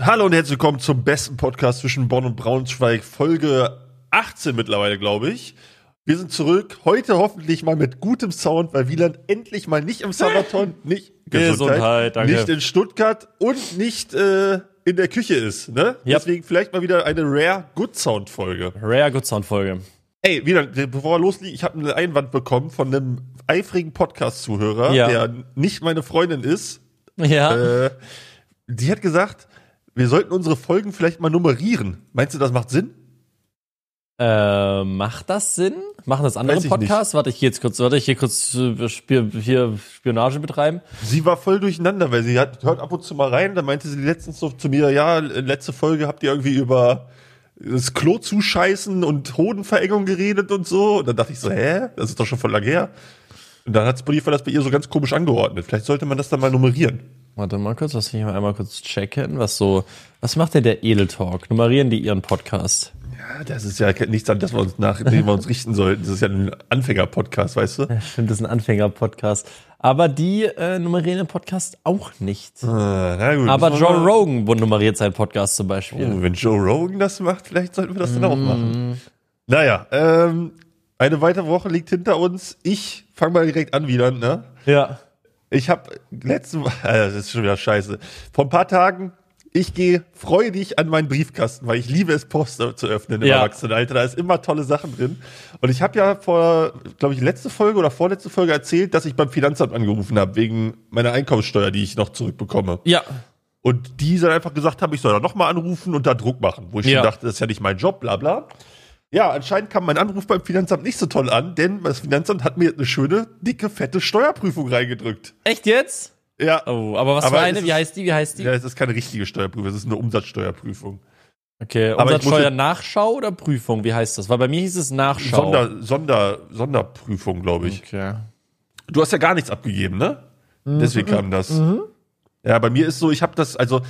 Hallo und herzlich willkommen zum besten Podcast zwischen Bonn und Braunschweig, Folge 18 mittlerweile, glaube ich. Wir sind zurück, heute hoffentlich mal mit gutem Sound, weil Wieland endlich mal nicht im Sabaton, nicht Gesundheit, danke. Nicht in Stuttgart und nicht in der Küche ist. Ne? Yep. Deswegen vielleicht mal wieder eine Rare Good Sound Folge. Rare Good Sound Folge. Ey, Wieland, bevor wir loslegen, ich habe eine Einwand bekommen von einem eifrigen Podcast-Zuhörer, der nicht meine Freundin ist. Ja. Die hat gesagt, wir sollten unsere Folgen vielleicht mal nummerieren. Meinst du, das macht Sinn? Macht das Sinn? Machen das andere Podcasts? Warte, ich hier kurz Spionage betreiben. Sie war voll durcheinander, weil sie hört ab und zu mal rein. Da meinte sie letztens so zu mir, ja, letzte Folge habt ihr irgendwie über das Klo zuscheißen und Hodenverengung geredet und so. Und dann dachte ich so, hä? Das ist doch schon voll lang her. Und dann hat Spotify das bei ihr so ganz komisch angeordnet. Vielleicht sollte man das dann mal nummerieren. Warte mal kurz, lass mich mal einmal kurz checken. Was macht denn der Edeltalk? Nummerieren die ihren Podcast? Ja, das ist ja nichts, an das wir uns dem wir uns richten sollten. Das ist ja ein Anfänger-Podcast, weißt du? Ja, stimmt, das ist ein Anfänger-Podcast. Aber die nummerieren den Podcast auch nicht. Na gut, aber Joe Rogan nummeriert seinen Podcast zum Beispiel. Oh, wenn Joe Rogan das macht, vielleicht sollten wir das dann auch machen. Naja, eine weitere Woche liegt hinter uns. Ich fange mal direkt an wieder, ne? Ja. Ich habe das ist schon wieder scheiße. Vor ein paar Tagen, ich gehe freudig an meinen Briefkasten, weil ich liebe es, Post zu öffnen im Erwachsenenalter. Da ist immer tolle Sachen drin. Und ich habe ja vor, glaube ich, letzte Folge oder vorletzte Folge erzählt, dass ich beim Finanzamt angerufen habe, wegen meiner Einkommenssteuer, die ich noch zurückbekomme. Ja. Und die dann einfach gesagt haben, ich soll da nochmal anrufen und da Druck machen. Wo ich schon dachte, das ist ja nicht mein Job, bla bla. Ja, anscheinend kam mein Anruf beim Finanzamt nicht so toll an, denn das Finanzamt hat mir eine schöne, dicke, fette Steuerprüfung reingedrückt. Echt jetzt? Ja. Oh, aber für eine? Wie heißt die? Ja, es ist keine richtige Steuerprüfung, es ist eine Umsatzsteuerprüfung. Okay, Umsatzsteuer-Nachschau oder Prüfung? Wie heißt das? Weil bei mir hieß es Nachschau. Sonderprüfung, glaube ich. Okay. Du hast ja gar nichts abgegeben, ne? Deswegen kam das. Ja, bei mir ist so, ich habe das, also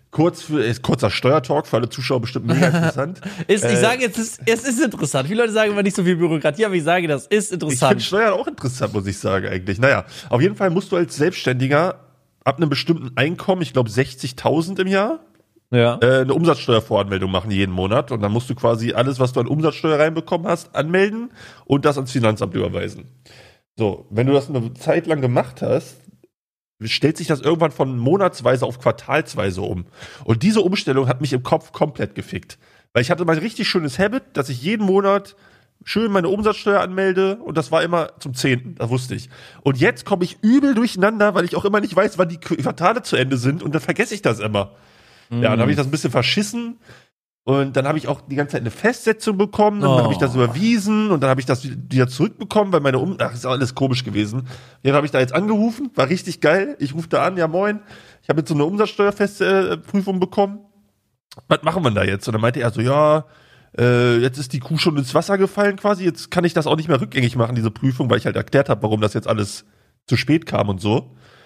kurzer Steuertalk, für alle Zuschauer bestimmt mega interessant. Ich sage jetzt, es ist interessant. Viele Leute sagen immer nicht so viel Bürokratie, aber ich sage, das ist interessant. Ich finde Steuern auch interessant, muss ich sagen, eigentlich. Naja, auf jeden Fall musst du als Selbstständiger ab einem bestimmten Einkommen, ich glaube 60.000 im Jahr, eine Umsatzsteuervoranmeldung machen jeden Monat. Und dann musst du quasi alles, was du an Umsatzsteuer reinbekommen hast, anmelden und das ans Finanzamt überweisen. So, wenn du das eine Zeit lang gemacht hast, stellt sich das irgendwann von monatsweise auf quartalsweise um. Und diese Umstellung hat mich im Kopf komplett gefickt. Weil ich hatte mal ein richtig schönes Habit, dass ich jeden Monat schön meine Umsatzsteuer anmelde und das war immer zum 10., das wusste ich. Und jetzt komme ich übel durcheinander, weil ich auch immer nicht weiß, wann die Quartale zu Ende sind und dann vergesse ich das immer. Ja, dann habe ich das ein bisschen verschissen. Und dann habe ich auch die ganze Zeit eine Festsetzung bekommen, dann habe ich das überwiesen und dann habe ich das wieder zurückbekommen, weil meine ist alles komisch gewesen. Dann habe ich da jetzt angerufen, war richtig geil. Ich rufe da an, ja moin, ich habe jetzt so eine Umsatzsteuerprüfung bekommen. Was machen wir da jetzt? Und dann meinte er so, ja, jetzt ist die Kuh schon ins Wasser gefallen quasi, jetzt kann ich das auch nicht mehr rückgängig machen, diese Prüfung, weil ich halt erklärt habe, warum das jetzt alles zu spät kam und so.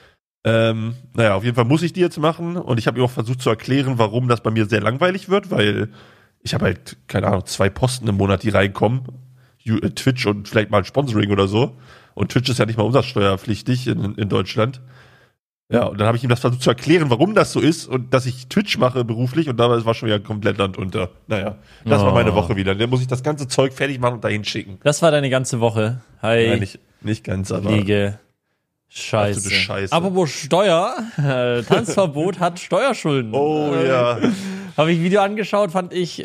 Naja, auf jeden Fall muss ich die jetzt machen und ich habe ihm auch versucht zu erklären, warum das bei mir sehr langweilig wird, weil ich habe halt, keine Ahnung, 2 Posten im Monat, die reinkommen, Twitch und vielleicht mal ein Sponsoring oder so, und Twitch ist ja nicht mal umsatzsteuerpflichtig in Deutschland. Ja, und dann habe ich ihm das versucht zu erklären, warum das so ist und dass ich Twitch mache beruflich und dabei war schon wieder komplett Land unter. Naja, das war meine Woche wieder. Dann muss ich das ganze Zeug fertig machen und dahin schicken. Das war deine ganze Woche. Hi. Nein, nicht ganz, aber Liege. Scheiße. Apropos Steuer, Tanzverbot hat Steuerschulden. Oh ja. Habe ich ein Video angeschaut, fand ich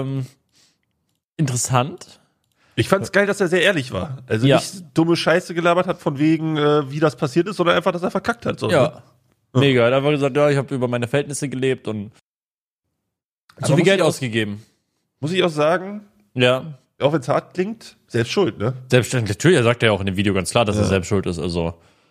interessant. Ich fand's geil, dass er sehr ehrlich war. Also nicht dumme Scheiße gelabert hat von wegen, wie das passiert ist, sondern einfach, dass er verkackt hat. So, ja, ne? Mega. Er hat einfach gesagt, ja, ich habe über meine Verhältnisse gelebt und so viel Geld ausgegeben. Muss ich auch sagen, auch wenn es hart klingt, selbst schuld, ne? Selbstverständlich, natürlich, er sagt ja auch in dem Video ganz klar, dass er selbst schuld ist, also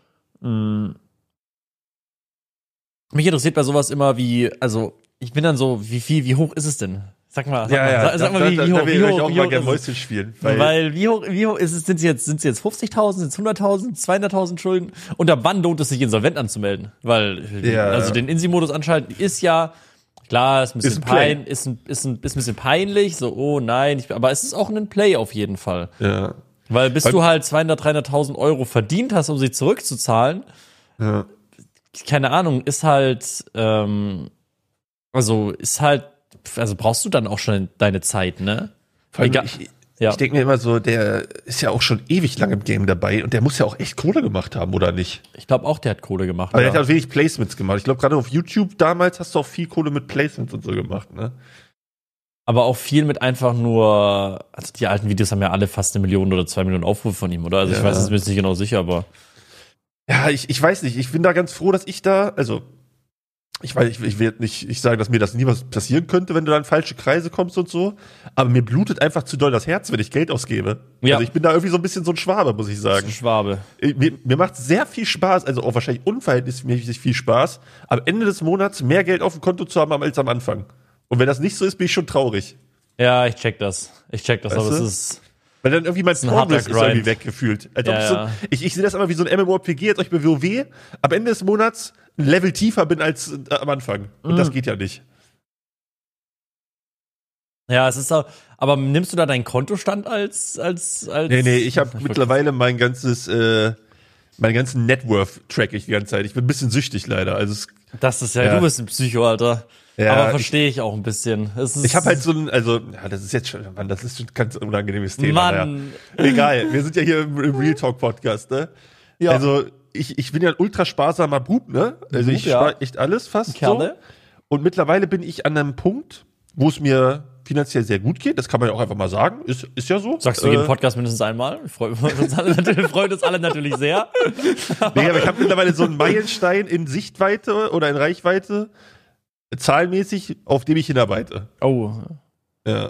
mich interessiert bei sowas immer ich bin dann so, wie hoch ist es denn? Sag mal, wie hoch ist es? Mäuschen spielen. Weil wie hoch ist es, sind es jetzt 50.000, sind es 100.000, 200.000 Schulden? Und ab wann lohnt es sich, insolvent anzumelden? Weil, den INSI-Modus anschalten ist ja, klar, ist ein bisschen ist ein bisschen peinlich, so, oh nein, aber es ist auch ein Play auf jeden Fall. Ja. Weil bis du halt 200.000, 300.000 Euro verdient hast, um sie zurückzuzahlen, keine Ahnung, ist halt, also ist halt, also brauchst du dann auch schon deine Zeit, ne? Ich denke mir immer so, der ist ja auch schon ewig lang im Game dabei und der muss ja auch echt Kohle gemacht haben, oder nicht? Ich glaube auch, der hat Kohle gemacht. Aber der hat auch wenig Placements gemacht. Ich glaube, gerade auf YouTube damals hast du auch viel Kohle mit Placements und so gemacht, ne? Aber auch viel mit einfach nur, also die alten Videos haben ja alle fast 1 Million oder 2 Millionen Aufrufe von ihm, oder? Also ich weiß es mir jetzt nicht genau sicher, aber. Ja, ich weiß nicht. Ich bin da ganz froh, dass ich da, also ich will nicht sagen, dass mir das nie was passieren könnte, wenn du da in falsche Kreise kommst und so. Aber mir blutet einfach zu doll das Herz, wenn ich Geld ausgebe. Ja. Also ich bin da irgendwie so ein bisschen so ein Schwabe, muss ich sagen. Schwabe. Mir macht sehr viel Spaß, also auch wahrscheinlich unverhältnismäßig viel Spaß, am Ende des Monats mehr Geld auf dem Konto zu haben als am Anfang. Und wenn das nicht so ist, bin ich schon traurig. Ja, ich check das, weißt aber es ist... Weil dann irgendwie mein Progress ist irgendwie weggefühlt. Ich sehe das immer wie so ein MMORPG, als ob ich bei WoW am Ende des Monats ein Level tiefer bin als am Anfang. Und das geht ja nicht. Ja, es ist auch, aber nimmst du da deinen Kontostand als Nee, ich habe mittlerweile mein ganzen Networth track ich die ganze Zeit. Ich bin ein bisschen süchtig leider. Also das ist ja, du bist ein Psycho, Alter. Ja, aber verstehe ich auch ein bisschen. Ich habe halt so das ist jetzt schon, Mann, das ist schon ein ganz unangenehmes Thema. Mann. Ja. Egal, wir sind ja hier im Real Talk Podcast, ne? Ja. Also ich bin ja ein ultra sparsamer Bub, ne? Also ich spare echt alles fast so. Und mittlerweile bin ich an einem Punkt, wo es mir finanziell sehr gut geht. Das kann man ja auch einfach mal sagen. Ist ja so. Sagst du jeden Podcast mindestens einmal? Freuen uns alle natürlich sehr. Nee, aber ich habe mittlerweile so einen Meilenstein in Sichtweite oder in Reichweite, zahlenmäßig, auf dem ich hinarbeite. Oh. Ja.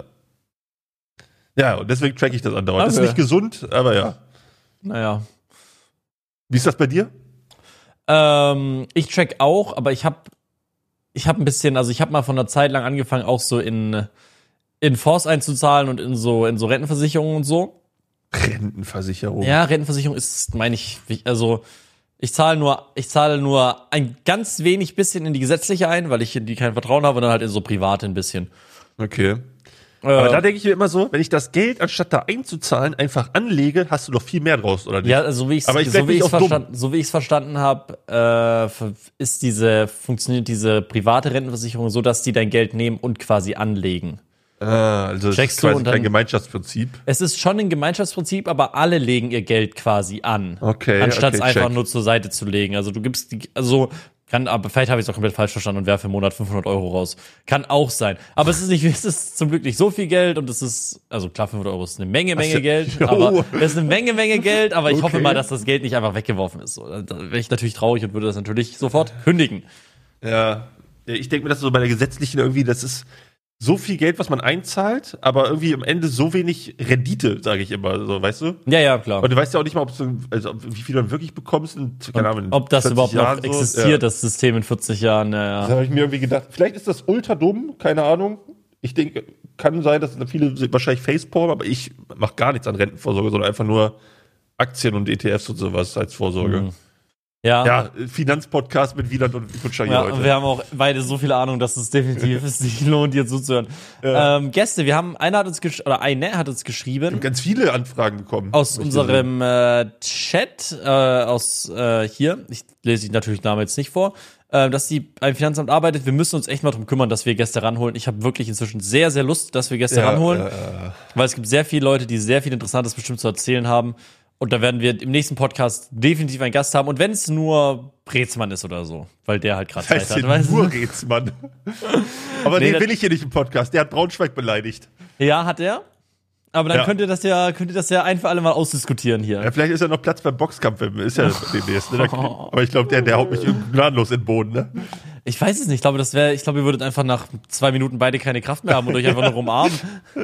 Ja, und deswegen track ich das andauernd. Das ist nicht gesund, aber ja. Naja. Wie ist das bei dir? Ich track auch, aber ich hab ein bisschen, also ich habe mal von einer Zeit lang angefangen, auch so in Fonds einzuzahlen und in so Rentenversicherungen und so. Rentenversicherung? Ja, Rentenversicherung ist, meine ich, also ich zahle nur ein ganz wenig bisschen in die gesetzliche ein, weil ich in die kein Vertrauen habe, und dann halt in so private ein bisschen. Okay. Aber da denke ich mir immer so, wenn ich das Geld, anstatt da einzuzahlen, einfach anlege, hast du doch viel mehr draus, oder nicht? Ja, so wie ich es verstanden habe, funktioniert diese private Rentenversicherung so, dass die dein Geld nehmen und quasi anlegen. Also es ist quasi kein Gemeinschaftsprinzip. Es ist schon ein Gemeinschaftsprinzip, aber alle legen ihr Geld quasi an. Okay. Anstatt es einfach nur zur Seite zu legen. Also du gibst aber vielleicht habe ich es auch komplett falsch verstanden und werfe im Monat 500 € raus. Kann auch sein. Aber es ist zum Glück nicht so viel Geld, und es ist, also klar, 500 € ist eine Menge Geld, aber es ist eine Menge Geld, aber ich hoffe mal, dass das Geld nicht einfach weggeworfen ist. So, da wäre ich natürlich traurig und würde das natürlich sofort kündigen. Ja, ich denke mir, dass so bei der gesetzlichen irgendwie, das ist so viel Geld, was man einzahlt, aber irgendwie am Ende so wenig Rendite, sage ich immer, so, weißt du? Ja, klar. Und du weißt ja auch nicht mal, wie viel du dann wirklich bekommst und, keine Ahnung, ob das überhaupt noch existiert, das System in 40 Jahren, ja. Das habe ich mir irgendwie gedacht. Vielleicht ist das ultra dumm, keine Ahnung. Ich denke, kann sein, dass viele wahrscheinlich facepalmen, aber ich mache gar nichts an Rentenvorsorge, sondern einfach nur Aktien und ETFs und sowas als Vorsorge. Mhm. Ja, Finanzpodcast mit Wieland und Kutscher hier heute. Und wir haben auch beide so viel Ahnung, dass es definitiv sich lohnt, dir zuzuhören. Ja. Gäste, eine hat uns geschrieben. Wir haben ganz viele Anfragen bekommen. Aus unserem Chat, hier, ich lese die natürlich Namen jetzt nicht vor, dass sie beim Finanzamt arbeitet. Wir müssen uns echt mal drum kümmern, dass wir Gäste ranholen. Ich habe wirklich inzwischen sehr, sehr Lust, dass wir Gäste ranholen. Weil es gibt sehr viele Leute, die sehr viel Interessantes bestimmt zu erzählen haben. Und da werden wir im nächsten Podcast definitiv einen Gast haben. Und wenn es nur Brezmann ist oder so, weil der halt gerade Zeit hat. Weißt du? Nur Brezmann. Aber den will ich hier nicht im Podcast. Der hat Braunschweig beleidigt. Ja, hat er? Aber dann könnt ihr das ja ein für alle mal ausdiskutieren hier. Ja, vielleicht ist ja noch Platz beim Boxkampf. Ist ja demnächst. Ne? Aber ich glaube, der haut mich gnadenlos in den Boden, ne? Ich weiß es nicht. Ich glaube, ihr würdet einfach nach 2 Minuten beide keine Kraft mehr haben und euch einfach nur umarmen.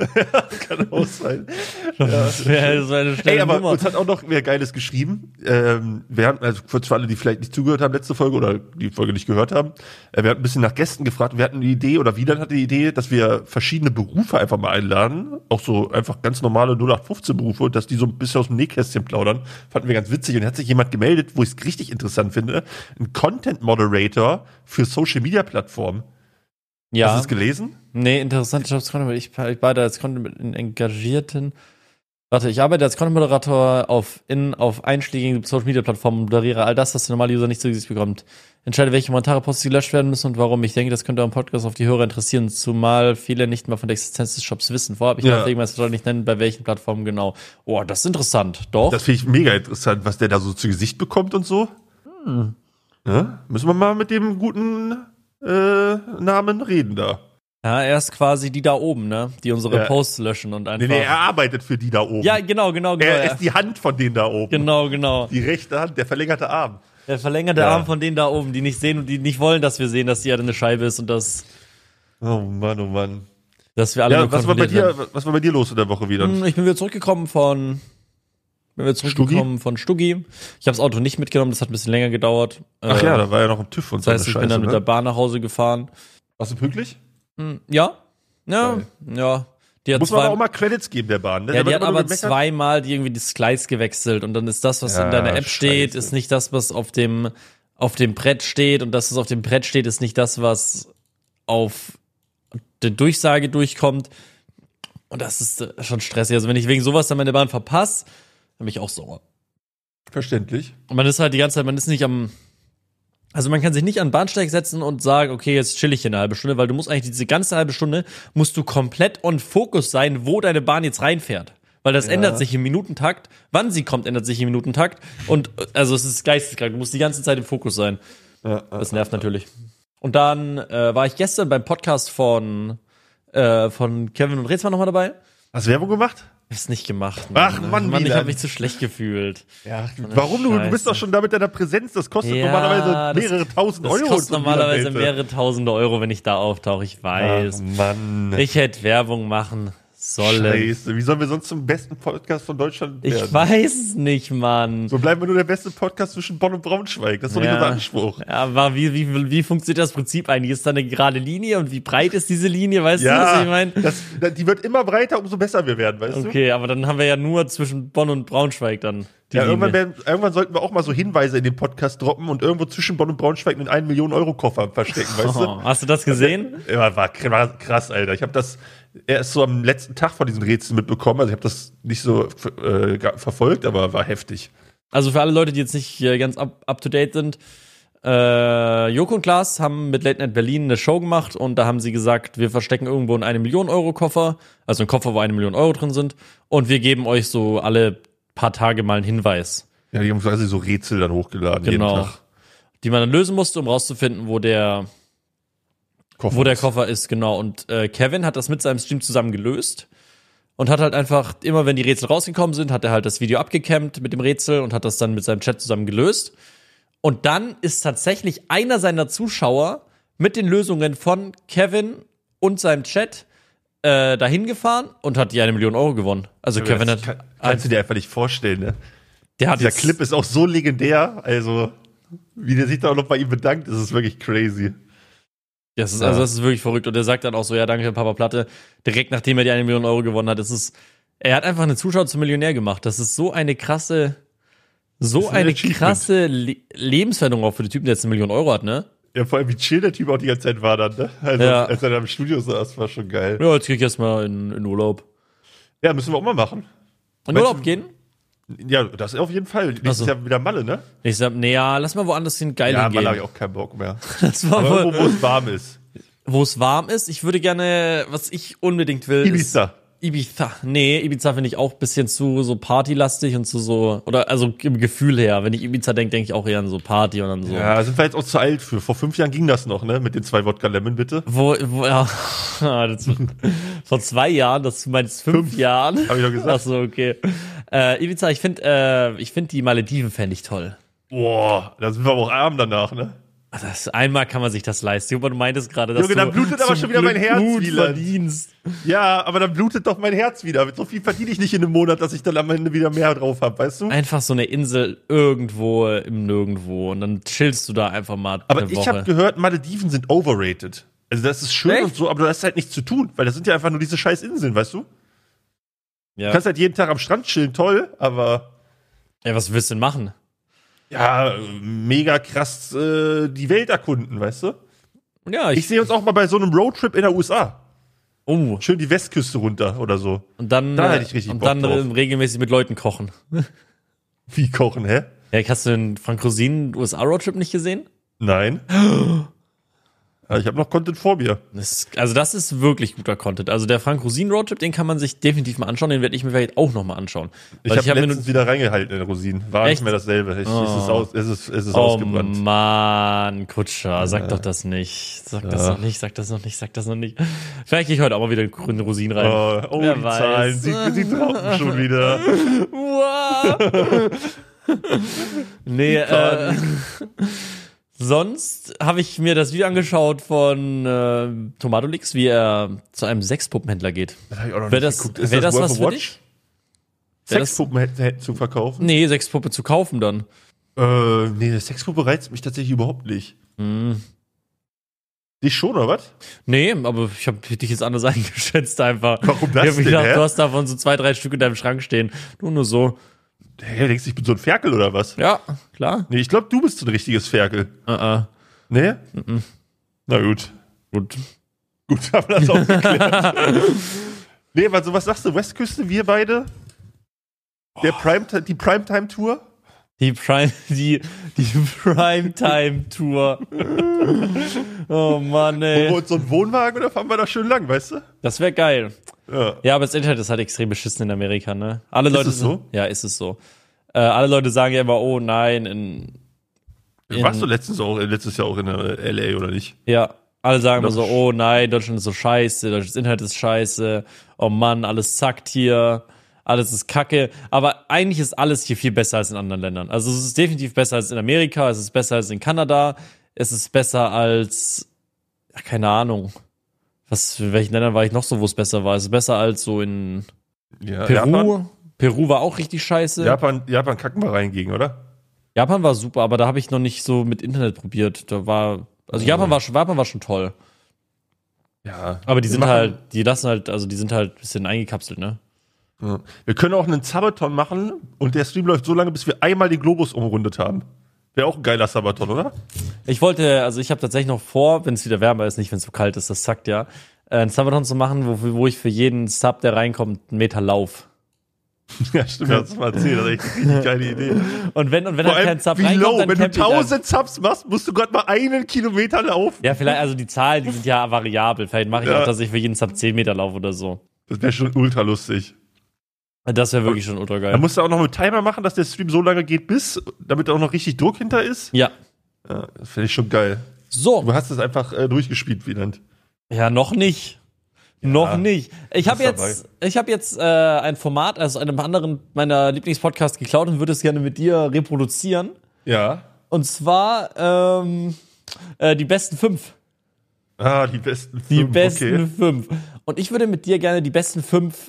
Kann auch sein. Das wäre so eine schnelle aber Nummer. Uns hat auch noch wer Geiles geschrieben. Wir haben, also für alle, die vielleicht nicht zugehört haben, letzte Folge oder die Folge nicht gehört haben, wir hatten ein bisschen nach Gästen gefragt. Wir hatten die Idee, oder Wieland hatte die Idee, dass wir verschiedene Berufe einfach mal einladen. Auch so einfach ganz normale 0815-Berufe, dass die so ein bisschen aus dem Nähkästchen plaudern. Fanden wir ganz witzig. Und hat sich jemand gemeldet, wo ich es richtig interessant finde. Ein Content-Moderator für Social-Media-Plattformen. Ja. Hast du es gelesen? Nee, interessant. Ich hab's gerade, weil ich war da als Content mit engagierten. Warte, ich arbeite als Content-Moderator auf einschlägigen Social-Media-Plattformen, moderiere all das, was der normale User nicht zu Gesicht bekommt. Entscheide, welche Kommentare-Posts gelöscht werden müssen und warum. Ich denke, das könnte auch im Podcast auf die Hörer interessieren, zumal viele nicht mal von der Existenz des Shops wissen. Vorab, ich darf irgendwas nicht nennen, bei welchen Plattformen genau. Oh, das ist interessant, doch. Das finde ich mega interessant, was der da so zu Gesicht bekommt und so. Ja, müssen wir mal mit dem guten Namen reden da. Ja, er ist quasi die da oben, ne? Die unsere Posts löschen und einfach... Nee, er arbeitet für die da oben. Ja, genau. Er ist die Hand von denen da oben. Genau. Die rechte Hand, der verlängerte Arm. Der verlängerte Arm von denen da oben, die nicht sehen und die nicht wollen, dass wir sehen, dass die ja eine Scheibe ist und das... Oh Mann. Dass wir alle nur was war bei dir los in der Woche wieder? Ich bin wieder zurückgekommen von Stuggi. Ich habe das Auto nicht mitgenommen, das hat ein bisschen länger gedauert. Ach ja, da war ja noch ein TÜV und so. Das heißt, ich bin dann mit der Bahn nach Hause gefahren. Warst du pünktlich? Ja. Die muss man aber auch mal Credits geben, der Bahn. Ne? Ja, die hat aber zweimal irgendwie das Gleis gewechselt und dann ist das, was in deiner App steht, ist nicht das, was auf dem Brett steht und das, was auf dem Brett steht, ist nicht das, was auf der Durchsage durchkommt. Und das ist schon stressig. Also wenn ich wegen sowas dann meine Bahn verpasse, dann bin ich auch sauer. Verständlich. Und man ist halt die ganze Zeit, man ist nicht also man kann sich nicht an den Bahnsteig setzen und sagen, okay, jetzt chill ich hier eine halbe Stunde, weil du musst eigentlich diese ganze halbe Stunde, musst du komplett on Focus sein, wo deine Bahn jetzt reinfährt. Weil das ändert sich im Minutentakt. Wann sie kommt, ändert sich im Minutentakt. Und also es ist geisteskrank. Du musst die ganze Zeit im Fokus sein. Das nervt natürlich. Und dann war ich gestern beim Podcast von Kevin und Rätsmann nochmal dabei. Hast du Werbung gemacht? Ich hab's nicht gemacht. Ach Mann, ich habe mich zu schlecht gefühlt. Ja, warum? Du bist doch schon da mit deiner Präsenz. Das kostet normalerweise mehrere tausend Euro. Das kostet normalerweise mehrere tausende Euro, wenn ich da auftauche. Ich weiß. Ach Mann. Ich hätte Werbung machen sollen. Scheiße, wie sollen wir sonst zum besten Podcast von Deutschland werden? Ich weiß es nicht, Mann. So bleiben wir nur der beste Podcast zwischen Bonn und Braunschweig. Das ist doch nicht unser Anspruch. Ja, aber wie funktioniert das Prinzip eigentlich? Ist da eine gerade Linie und wie breit ist diese Linie? Weißt du, was ich meine? Die wird immer breiter, umso besser wir werden, weißt du? Okay, aber dann haben wir ja nur zwischen Bonn und Braunschweig dann. Irgendwann sollten wir auch mal so Hinweise in den Podcast droppen und irgendwo zwischen Bonn und Braunschweig einen 1 Million Euro Koffer verstecken, weißt du? Hast du das gesehen? Ja, war krass, Alter. Ich habe das erst so am letzten Tag von diesen Rätseln mitbekommen. Also ich habe das nicht so verfolgt, aber war heftig. Also für alle Leute, die jetzt nicht ganz up to date sind, Joko und Klaas haben mit Late Night Berlin eine Show gemacht und da haben sie gesagt, wir verstecken irgendwo einen 1 Million Euro Koffer, also einen Koffer, wo 1 Million Euro drin sind und wir geben euch so alle paar Tage mal einen Hinweis. Ja, die haben quasi so Rätsel dann hochgeladen, jeden Tag. Die man dann lösen musste, um rauszufinden, wo der Koffer ist, genau. Und Kevin hat das mit seinem Stream zusammen gelöst und hat halt einfach, immer wenn die Rätsel rausgekommen sind, hat er halt das Video abgecampt mit dem Rätsel und hat das dann mit seinem Chat zusammen gelöst. Und dann ist tatsächlich einer seiner Zuschauer mit den Lösungen von Kevin und seinem Chat dahin gefahren und hat die 1 Million Euro gewonnen. Also ja, Kevin hat... Kannst du dir einfach nicht vorstellen, ne? Dieser Clip ist auch so legendär, also wie der sich da auch noch bei ihm bedankt, das ist wirklich crazy. Das ist wirklich verrückt. Und er sagt dann auch so, ja, danke, Papa Platte, direkt nachdem er die 1 Million Euro gewonnen hat. Er hat einfach eine Zuschauer zum Millionär gemacht. Das ist so eine krasse Lebensveränderung auch für den Typen, der jetzt 1 Million Euro hat, ne? Ja, vor allem wie chill der Typ auch die ganze Zeit war dann, ne? Also, als er da im Studio saß, war schon geil. Ja, jetzt gehe ich erstmal in Urlaub. Ja, müssen wir auch mal machen. In Urlaub gehen? Ja, das auf jeden Fall. Nächstes Jahr wieder Malle, ne? Lass mal woanders hin geil hingehen. Ja, Malle habe ich auch keinen Bock mehr. Aber wo es warm ist. Wo es warm ist? Ich würde gerne, was ich unbedingt will, Ibiza. Nee, Ibiza finde ich auch ein bisschen zu so partylastig und zu so, oder also im Gefühl her. Wenn ich Ibiza denke ich auch eher an so Party und dann so. Ja, sind wir jetzt auch zu alt für. Vor 5 Jahren ging das noch, ne? Mit den 2 Wodka Lemon, bitte. Vor 2 Jahren, das meinst 5 Jahren. Hab ich doch gesagt. Achso, okay. Ibiza, ich finde die Malediven fände ich toll. Boah, da sind wir aber auch arm danach, ne? Einmal kann man sich das leisten. Du meintest gerade, dass Junge, dann blutet aber schon wieder mein Herz wieder. Verdienst. Ja, aber dann blutet doch mein Herz wieder. So viel verdiene ich nicht in einem Monat, dass ich dann am Ende wieder mehr drauf habe, weißt du? Einfach so eine Insel irgendwo im Nirgendwo und dann chillst du da einfach mal aber ich habe gehört, Malediven sind overrated. Also das ist schön und so, aber du hast halt nichts zu tun, weil das sind ja einfach nur diese scheiß Inseln, weißt du? Ja. Du kannst halt jeden Tag am Strand chillen, toll, aber... Ja, was willst du denn machen? Ja, mega krass die Welt erkunden, weißt du? Ja, ich sehe uns auch mal bei so einem Roadtrip in der USA. Oh. Schön die Westküste runter oder so. Und dann, da hätte ich richtig Bock drauf. Regelmäßig mit Leuten kochen. Wie kochen, hä? Ja, hast du den Frank Rosin USA-Roadtrip nicht gesehen? Nein. Ja, ich habe noch Content vor mir. Das ist wirklich guter Content. Also der Frank Rosin Roadtrip, den kann man sich definitiv mal anschauen. Den werde ich mir vielleicht auch noch mal anschauen. Ich habe letztens wieder reingehalten in Rosin. War echt? Nicht mehr dasselbe. Es ist ausgebrannt. Oh Mann, Kutscher, sag doch das nicht. Sag das noch nicht. Vielleicht gehe ich heute auch mal wieder in Rosin rein. Oh, wer die weiß. Zahlen, sie tropfen schon wieder. Wow. Nee, sonst habe ich mir das Video angeschaut von Tomatolix, wie er zu einem Sexpuppenhändler geht. Das habe ich auch noch nicht geguckt. Ist das was für dich? Sexpuppen zu verkaufen? Nee, Sexpuppe zu kaufen dann. Nee, eine Sexpuppe reizt mich tatsächlich überhaupt nicht. Dich schon, oder was? Nee, aber ich habe dich jetzt anders eingeschätzt einfach. Warum das denn, gedacht, du hast davon so 2, 3 Stück in deinem Schrank stehen. Du nur so. Hey, denkst du, ich bin so ein Ferkel oder was? Ja, klar. Nee, ich glaube, du bist so ein richtiges Ferkel. Nee? Na gut. Gut, haben wir das auch geklärt. Nee, also was sagst du? Westküste, wir beide? Die Primetime-Tour? Die Primetime-Tour. Oh Mann, ey. Wo wir uns so einen Wohnwagen oder fahren wir da schön lang, weißt du? Das wäre geil. Ja, aber das Internet ist halt extrem beschissen in Amerika, ne? Ist es so? Ja, ist es so. Alle Leute sagen ja immer, oh nein, warst du letztes Jahr auch in LA, oder nicht? Ja, alle sagen immer so, oh nein, Deutschland ist so scheiße, deutsches Internet ist scheiße, oh Mann, alles zackt hier, alles ist kacke. Aber eigentlich ist alles hier viel besser als in anderen Ländern. Also es ist definitiv besser als in Amerika, es ist besser als in Kanada, es ist besser als, keine Ahnung, in welchen Ländern war ich noch so, wo es besser war? Es ist besser als so in Peru. Japan? Peru war auch richtig scheiße. Japan kacken wir rein gegen, oder? Japan war super, aber da habe ich noch nicht so mit Internet probiert. Japan war schon toll. Ja. Aber die sind halt ein bisschen eingekapselt, ne? Ja. Wir können auch einen Sabaton machen und der Stream läuft so lange, bis wir einmal den Globus umrundet haben. Wäre auch ein geiler Sabaton, oder? Ich habe tatsächlich noch vor, wenn es wieder wärmer ist, nicht wenn es so kalt ist, das zackt ja, einen Sabaton zu machen, wo ich für jeden Sub, der reinkommt, 1 Meter lauf. Ja, stimmt, das hast du mal erzählt, das ist echt eine geile Idee. Und wenn halt kein Sub reinkommt, dann wenn du 1000 Subs machst, musst du gerade mal 1 Kilometer laufen. Ja, vielleicht, also die Zahlen, die sind ja variabel. Vielleicht mache ich auch, dass ich für jeden Sub 10 Meter laufe oder so. Das wäre schon ultra lustig. Das wäre wirklich schon ultra geil. Da musst du auch noch mit Timer machen, dass der Stream so lange geht, damit auch noch richtig Druck hinter ist. Ja. Das finde ich schon geil. So. Du hast es einfach durchgespielt, Wieland. Ja, noch nicht. Ja, noch nicht. Ich habe jetzt ein Format aus einem anderen meiner Lieblingspodcasts geklaut und würde es gerne mit dir reproduzieren. Ja. Und zwar die besten 5. Ah, die besten 5. Die besten 5. Und ich würde mit dir gerne die besten 5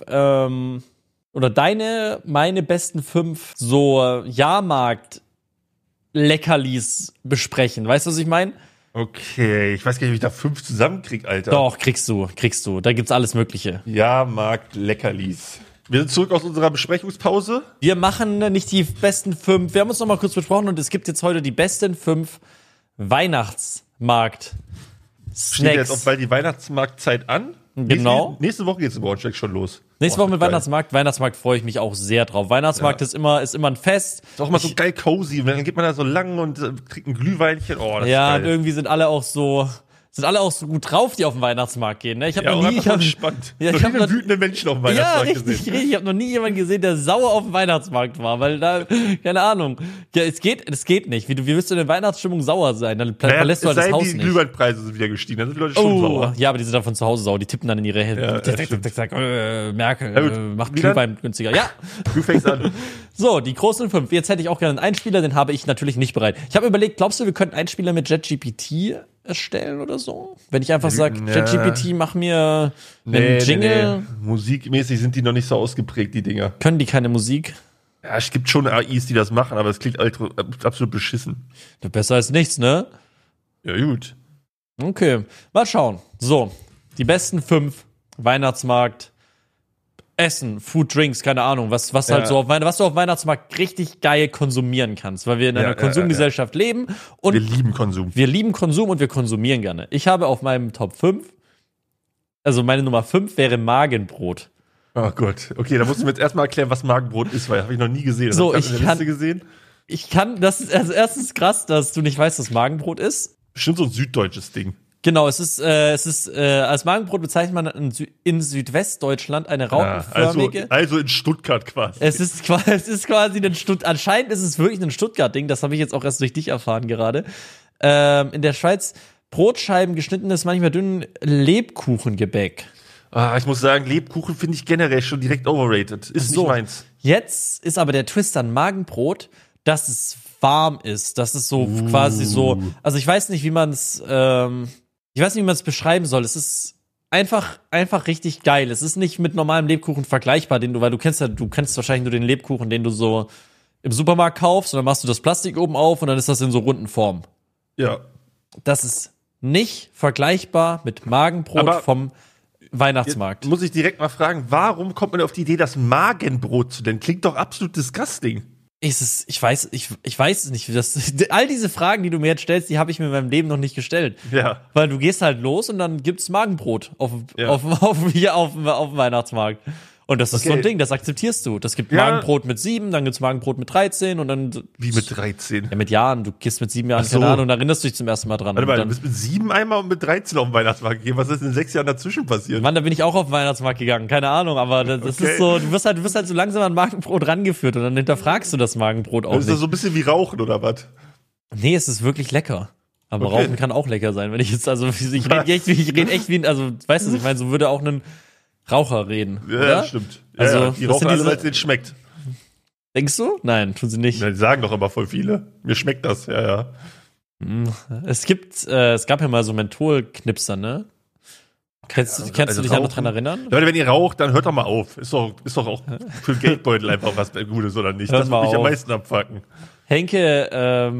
oder meine besten 5 so Jahrmarkt-Leckerlis besprechen. Weißt du, was ich meine? Okay, ich weiß gar nicht, wie ich da 5 zusammenkrieg, Alter. Doch, kriegst du. Da gibt's alles Mögliche. Jahrmarkt-Leckerlis. Wir sind zurück aus unserer Besprechungspause. Wir machen nicht die besten 5. Wir haben uns noch mal kurz besprochen und es gibt jetzt heute die besten 5 Weihnachtsmarkt-Snacks. Steht jetzt auch bald die Weihnachtsmarktzeit an? Genau. Nächste Woche geht's im Braunschweig schon los. Nächste Woche mit Weihnachtsmarkt. Weihnachtsmarkt freue ich mich auch sehr drauf. Weihnachtsmarkt ist immer ein Fest. Ist auch mal so geil cozy. Und dann geht man da so lang und trinkt ein Glühweinchen. Oh, das ist geil. Und irgendwie sind alle auch so gut drauf, die auf den Weihnachtsmarkt gehen. Ne? Ich habe noch nie spannend. Ich habe noch wütende Menschen auf dem Weihnachtsmarkt gesehen. Ich habe noch nie jemanden gesehen, der sauer auf dem Weihnachtsmarkt war, weil da keine Ahnung. Ja, es geht nicht. Wie willst du in der Weihnachtsstimmung sauer sein? Dann verlässt du halt das Haus nicht. Die Glühweinpreise sind wieder gestiegen. Dann sind die Leute schon sauer. Ja, aber die sind dann von zu Hause sauer. Die tippen dann in ihre Hände. Merkel macht Glühwein günstiger. Ja. Du fängst an. So, die großen 5. Jetzt hätte ich auch gerne einen Einspieler, den habe ich natürlich nicht bereit. Ich habe überlegt, glaubst du, wir könnten einen Einspieler mit JetGPT erstellen oder so? Wenn ich einfach sage, JetGPT, mach mir einen Jingle. Nee. Musikmäßig sind die noch nicht so ausgeprägt, die Dinger. Können die keine Musik? Ja, es gibt schon AIs, die das machen, aber es klingt absolut beschissen. Besser als nichts, ne? Ja, gut. Okay, mal schauen. So, die besten 5 Weihnachtsmarkt Essen, Food, Drinks, keine Ahnung, was du auf Weihnachtsmarkt richtig geil konsumieren kannst, weil wir in einer Konsumgesellschaft leben und wir lieben Konsum. Wir lieben Konsum und wir konsumieren gerne. Ich habe auf meinem Top 5 Also meine Nummer 5 wäre Magenbrot. Oh Gott. Okay, da musst du mir jetzt erstmal erklären, was Magenbrot ist, weil das habe ich noch nie gesehen. So, das ist also erstens krass, dass du nicht weißt, was Magenbrot ist. Bestimmt so ein süddeutsches Ding. Genau, es ist als Magenbrot bezeichnet man in Südwestdeutschland eine rautenförmige. Also in Stuttgart quasi. Es ist quasi anscheinend ist es wirklich ein Stuttgart-Ding, das habe ich jetzt auch erst durch dich erfahren gerade. In der Schweiz Brotscheiben geschnittenes, manchmal dünn Lebkuchengebäck. Ich muss sagen, Lebkuchen finde ich generell schon direkt overrated. Ist nicht meins. Jetzt ist aber der Twist an Magenbrot, dass es warm ist. Das ist so quasi so. Also ich weiß nicht, wie man es beschreiben soll. Es ist einfach richtig geil. Es ist nicht mit normalem Lebkuchen vergleichbar, weil du kennst wahrscheinlich nur den Lebkuchen, den du so im Supermarkt kaufst und dann machst du das Plastik oben auf und dann ist das in so runden Form. Ja. Das ist nicht vergleichbar mit Magenbrot vom Weihnachtsmarkt. Jetzt muss ich direkt mal fragen, warum kommt man auf die Idee, das Magenbrot zu nennen? Klingt doch absolut disgusting. Ich weiß es nicht. All diese Fragen, die du mir jetzt stellst, die habe ich mir in meinem Leben noch nicht gestellt. Ja. Weil du gehst halt los und dann gibt's Magenbrot auf dem Weihnachtsmarkt. Und das ist so ein Ding, das akzeptierst du. Das gibt Magenbrot mit 7, dann gibt's Magenbrot mit 13 und dann. Wie mit 13? Ja, mit Jahren. Du gehst mit 7 Jahren, keine Ahnung, und erinnerst du dich zum ersten Mal dran. Warte mal, du bist mit 7 einmal und mit 13 auf den Weihnachtsmarkt gegangen. Was ist in 6 Jahren dazwischen passiert? Mann, da bin ich auch auf den Weihnachtsmarkt gegangen. Keine Ahnung, aber das ist so, du wirst halt so langsam an Magenbrot rangeführt und dann hinterfragst du das Magenbrot auch nicht. Ist das so ein bisschen wie Rauchen oder was? Nee, es ist wirklich lecker. Aber Rauchen kann auch lecker sein, wenn ich jetzt, also ich rede echt wie, also weißt du, ich meine, so würde auch ein Raucher reden, ja, oder? Ja, stimmt. Also, die rauchen alle, weil es denen schmeckt. Denkst du? Nein, tun sie nicht. Ja, die sagen doch immer voll viele. Mir schmeckt das, ja. Es gab ja mal so Mentholknipser, ne? Kannst du dich da noch dran erinnern? Leute, wenn ihr raucht, dann hört doch mal auf. Ist doch auch für den Geldbeutel einfach was Gutes, oder nicht? Das würde mich am meisten abfucken. Henke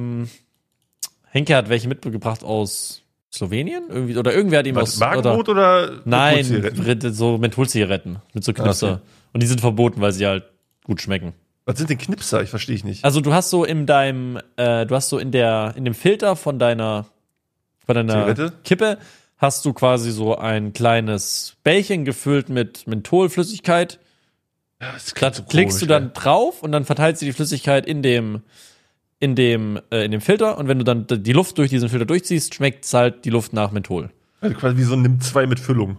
hat welche mitgebracht aus Slowenien? Irgendwie, oder irgendwer hat ihm aus. Magenbrot oder nein, so Mentholzigaretten mit so Knipser. Okay. Und die sind verboten, weil sie halt gut schmecken. Was sind denn Knipser? Ich verstehe ich nicht. Also du hast so in dem Filter von deiner Zigarette? Kippe hast du quasi so ein kleines Bällchen gefüllt mit Mentholflüssigkeit. Ja, das klingt so klickst du dann drauf und dann verteilt sie die Flüssigkeit in dem Filter und wenn du dann die Luft durch diesen Filter durchziehst, schmeckt halt die Luft nach Menthol. Also quasi wie so ein Nimm-2 mit Füllung.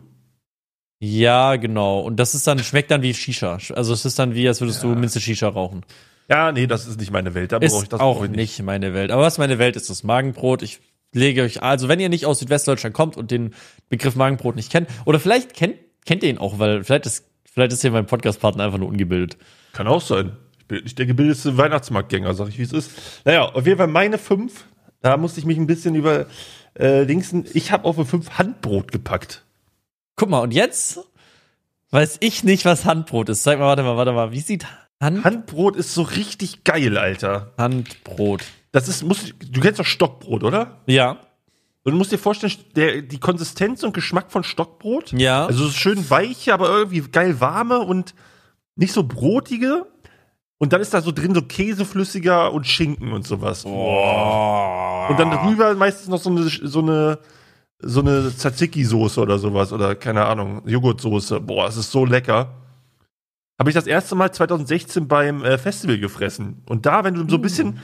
Ja, genau. Und das schmeckt dann wie Shisha. Also es ist dann wie, als würdest du Minze Shisha rauchen. Ja, nee, das ist nicht meine Welt. Da brauche ich das auch nicht meine Welt. Aber was meine Welt ist, das Magenbrot. Ich lege euch, also wenn ihr nicht aus Südwestdeutschland kommt und den Begriff Magenbrot nicht kennt, oder vielleicht kennt ihr ihn auch, weil vielleicht ist hier mein Podcast-Partner einfach nur ungebildet. Kann auch sein. Ich der gebildete Weihnachtsmarktgänger, sag ich, wie es ist. Naja, auf jeden Fall meine 5, da musste ich mich ein bisschen über linksen. Ich habe auf eine 5 Handbrot gepackt. Guck mal, und jetzt weiß ich nicht, was Handbrot ist. Sag mal, warte mal. Wie sieht Handbrot ist so richtig geil, Alter. Handbrot. Du kennst doch Stockbrot, oder? Ja. Und du musst dir vorstellen, die Konsistenz und Geschmack von Stockbrot. Ja. Also schön weiche, aber irgendwie geil warme und nicht so brotige. Und dann ist da so drin so Käseflüssiger und Schinken und sowas. Oh. Und dann drüber meistens noch so eine Tzatziki-Soße oder sowas. Oder keine Ahnung, Joghurtsoße. Boah, es ist so lecker. Habe ich das erste Mal 2016 beim Festival gefressen. Und da, wenn du so ein bisschen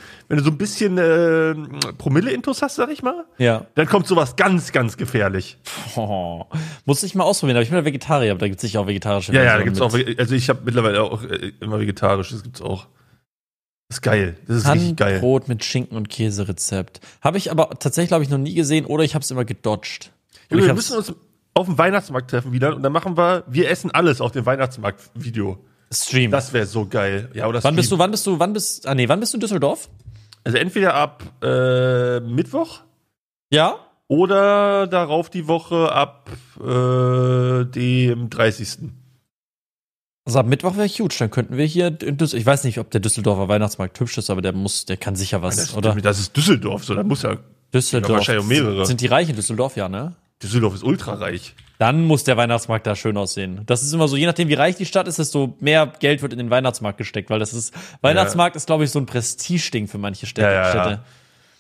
Promille-Intus hast, sag ich mal, dann kommt sowas ganz, ganz gefährlich. Oh. Muss ich mal ausprobieren, aber ich bin ja Vegetarier, aber da gibt es sicher auch vegetarische Versionen. Ja, da gibt's auch, also ich habe mittlerweile auch immer vegetarisch, das gibt's auch. Das ist geil, das ist richtig geil. Handbrot mit Schinken- und Käserezept. Habe ich aber tatsächlich, glaube ich, noch nie gesehen oder ich habe es immer gedodged. Wir müssen uns auf dem Weihnachtsmarkt treffen wieder und dann machen wir essen alles auf dem Weihnachtsmarkt-Video. Stream. Das wäre so geil. Ja, oder wann bist du in Düsseldorf? Also entweder ab Mittwoch. Ja. Oder darauf die Woche ab dem 30. Also ab Mittwoch wäre huge, dann könnten wir hier in Düsseldorf, ich weiß nicht, ob der Düsseldorfer Weihnachtsmarkt hübsch ist, aber der kann sicher was, oder? Das ist Düsseldorf, so, da muss ja Düsseldorf. Wahrscheinlich mehrere. Sind die reich in Düsseldorf, ja, ne? Düsseldorf ist ultrareich. Dann muss der Weihnachtsmarkt da schön aussehen. Das ist immer so, je nachdem wie reich die Stadt ist, desto mehr Geld wird in den Weihnachtsmarkt gesteckt, weil Weihnachtsmarkt ist, glaube ich, so ein Prestigeding für manche Städte.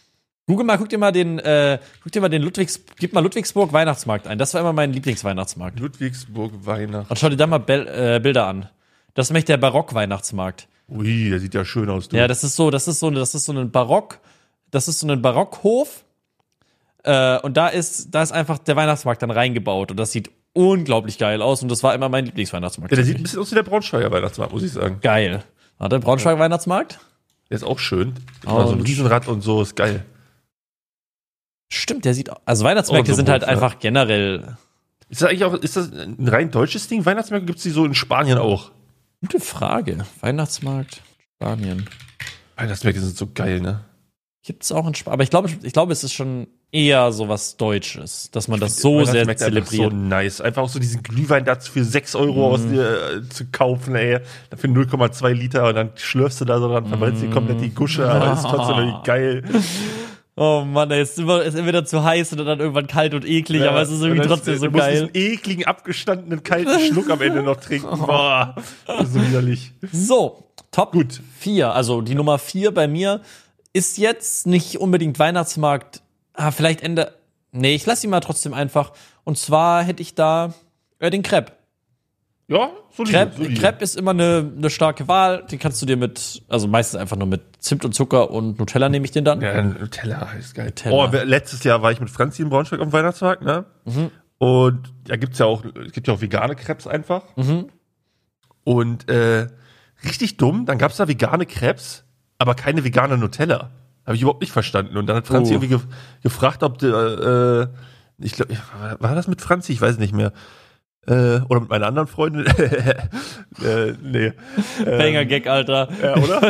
Guck dir mal den gib mal Ludwigsburg Weihnachtsmarkt ein. Das war immer mein Lieblingsweihnachtsmarkt. Ludwigsburg Weihnachtsmarkt. Und schau dir da mal Bilder an. Das ist nämlich der Barock-Weihnachtsmarkt. Ui, der sieht ja schön aus, du. Ja, das ist so ein Barockhof. Und da ist einfach der Weihnachtsmarkt dann reingebaut. Und das sieht unglaublich geil aus. Und das war immer mein Lieblingsweihnachtsmarkt. Ja, der sieht ein bisschen aus wie der Braunschweiger Weihnachtsmarkt, muss ich sagen. Geil. Hat der Braunschweiger Weihnachtsmarkt? Der ist auch schön. So ein Riesenrad und so, ist geil. Stimmt, also Weihnachtsmärkte sind halt einfach generell. Ist das ein rein deutsches Ding? Weihnachtsmärkte gibt es die so in Spanien auch? Gute Frage. Weihnachtsmarkt, Spanien. Weihnachtsmärkte sind so geil, ne? Gibt's auch in Spanien. Aber ich glaube, es ist schon eher so was Deutsches, dass man das so sehr zelebriert. So nice. Einfach auch so diesen Glühwein da für 6 Euro zu kaufen, ey. Dafür 0,2 Liter und dann schlürfst du da so dran, verbrennst dir komplett die Gusche, aber ist trotzdem irgendwie geil. Oh Mann, ey, ist entweder zu heiß oder dann irgendwann kalt und eklig, aber es ist irgendwie trotzdem so geil. Du musst diesen ekligen, abgestandenen, kalten Schluck am Ende noch trinken. Boah, das ist so widerlich. So, Top 4. Also die Nummer 4 bei mir ist jetzt nicht unbedingt Weihnachtsmarkt. Vielleicht Ende. Nee, ich lasse ihn mal trotzdem einfach. Und zwar hätte ich da den Crepe. Ja, solide. Crepe ist immer eine starke Wahl. Den kannst du dir meistens einfach nur mit Zimt und Zucker und Nutella nehme ich den dann. Ja, Nutella ist geil. Letztes Jahr war ich mit Franzi in Braunschweig am Weihnachtsmarkt, ne? Mhm. Und da es gibt ja auch vegane Crepes einfach. Mhm. Und richtig dumm, dann gab es da vegane Crepes, aber keine vegane Nutella. Habe ich überhaupt nicht verstanden. Und dann hat Franzi irgendwie gefragt, ob ich glaube, war das mit Franzi? Ich weiß nicht mehr. Oder mit meiner anderen Freundin. Nee. Banger-Gag, Alter. Ja, oder?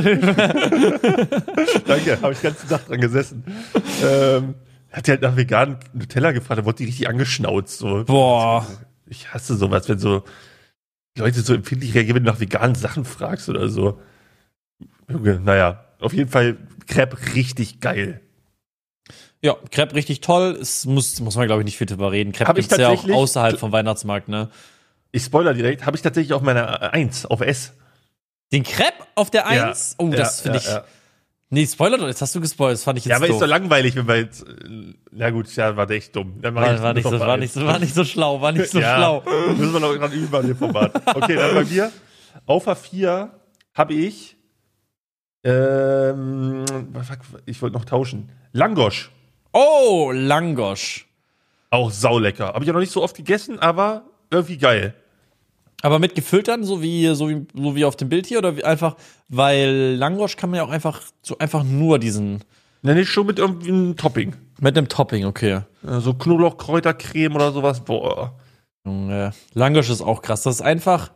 Danke, habe ich den ganzen Tag dran gesessen. Hat die halt nach veganen Nutella gefragt, da wurde die richtig angeschnauzt. So. Boah. Ich hasse sowas, wenn so Leute so empfindlich reagieren, wenn du nach veganen Sachen fragst oder so. Naja, auf jeden Fall Crepe richtig geil. Ja, Crepe richtig toll. Es muss man, glaube ich, nicht viel drüber reden. Crepe gibt's ja auch außerhalb vom Weihnachtsmarkt, ne? Ich spoiler direkt, habe ich tatsächlich auf meiner 1, auf S. Den Crepe auf der 1? Ja, das finde ich. Ja. Nee, Spoiler doch, jetzt hast du gespoilert, das fand ich jetzt doof. Ja, aber ist doch langweilig, wenn wir jetzt. Na gut, ja, war echt dumm. War nicht so schlau. Müssen wir noch dran üben an dem Format. Okay, dann bei mir. Auf A4 habe ich. Ich wollte noch tauschen. Langosch. Oh, Langosch. Auch saulecker. Habe ich ja noch nicht so oft gegessen, aber irgendwie geil. Aber mit gefüllt dann, so wie auf dem Bild hier? Oder einfach, weil Langosch kann man ja auch einfach nur diesen. Nee, schon mit irgendwie einem Topping. Mit einem Topping, okay. So Knoblauch, Kräutercreme oder sowas. Boah. Langosch ist auch krass. Das ist einfach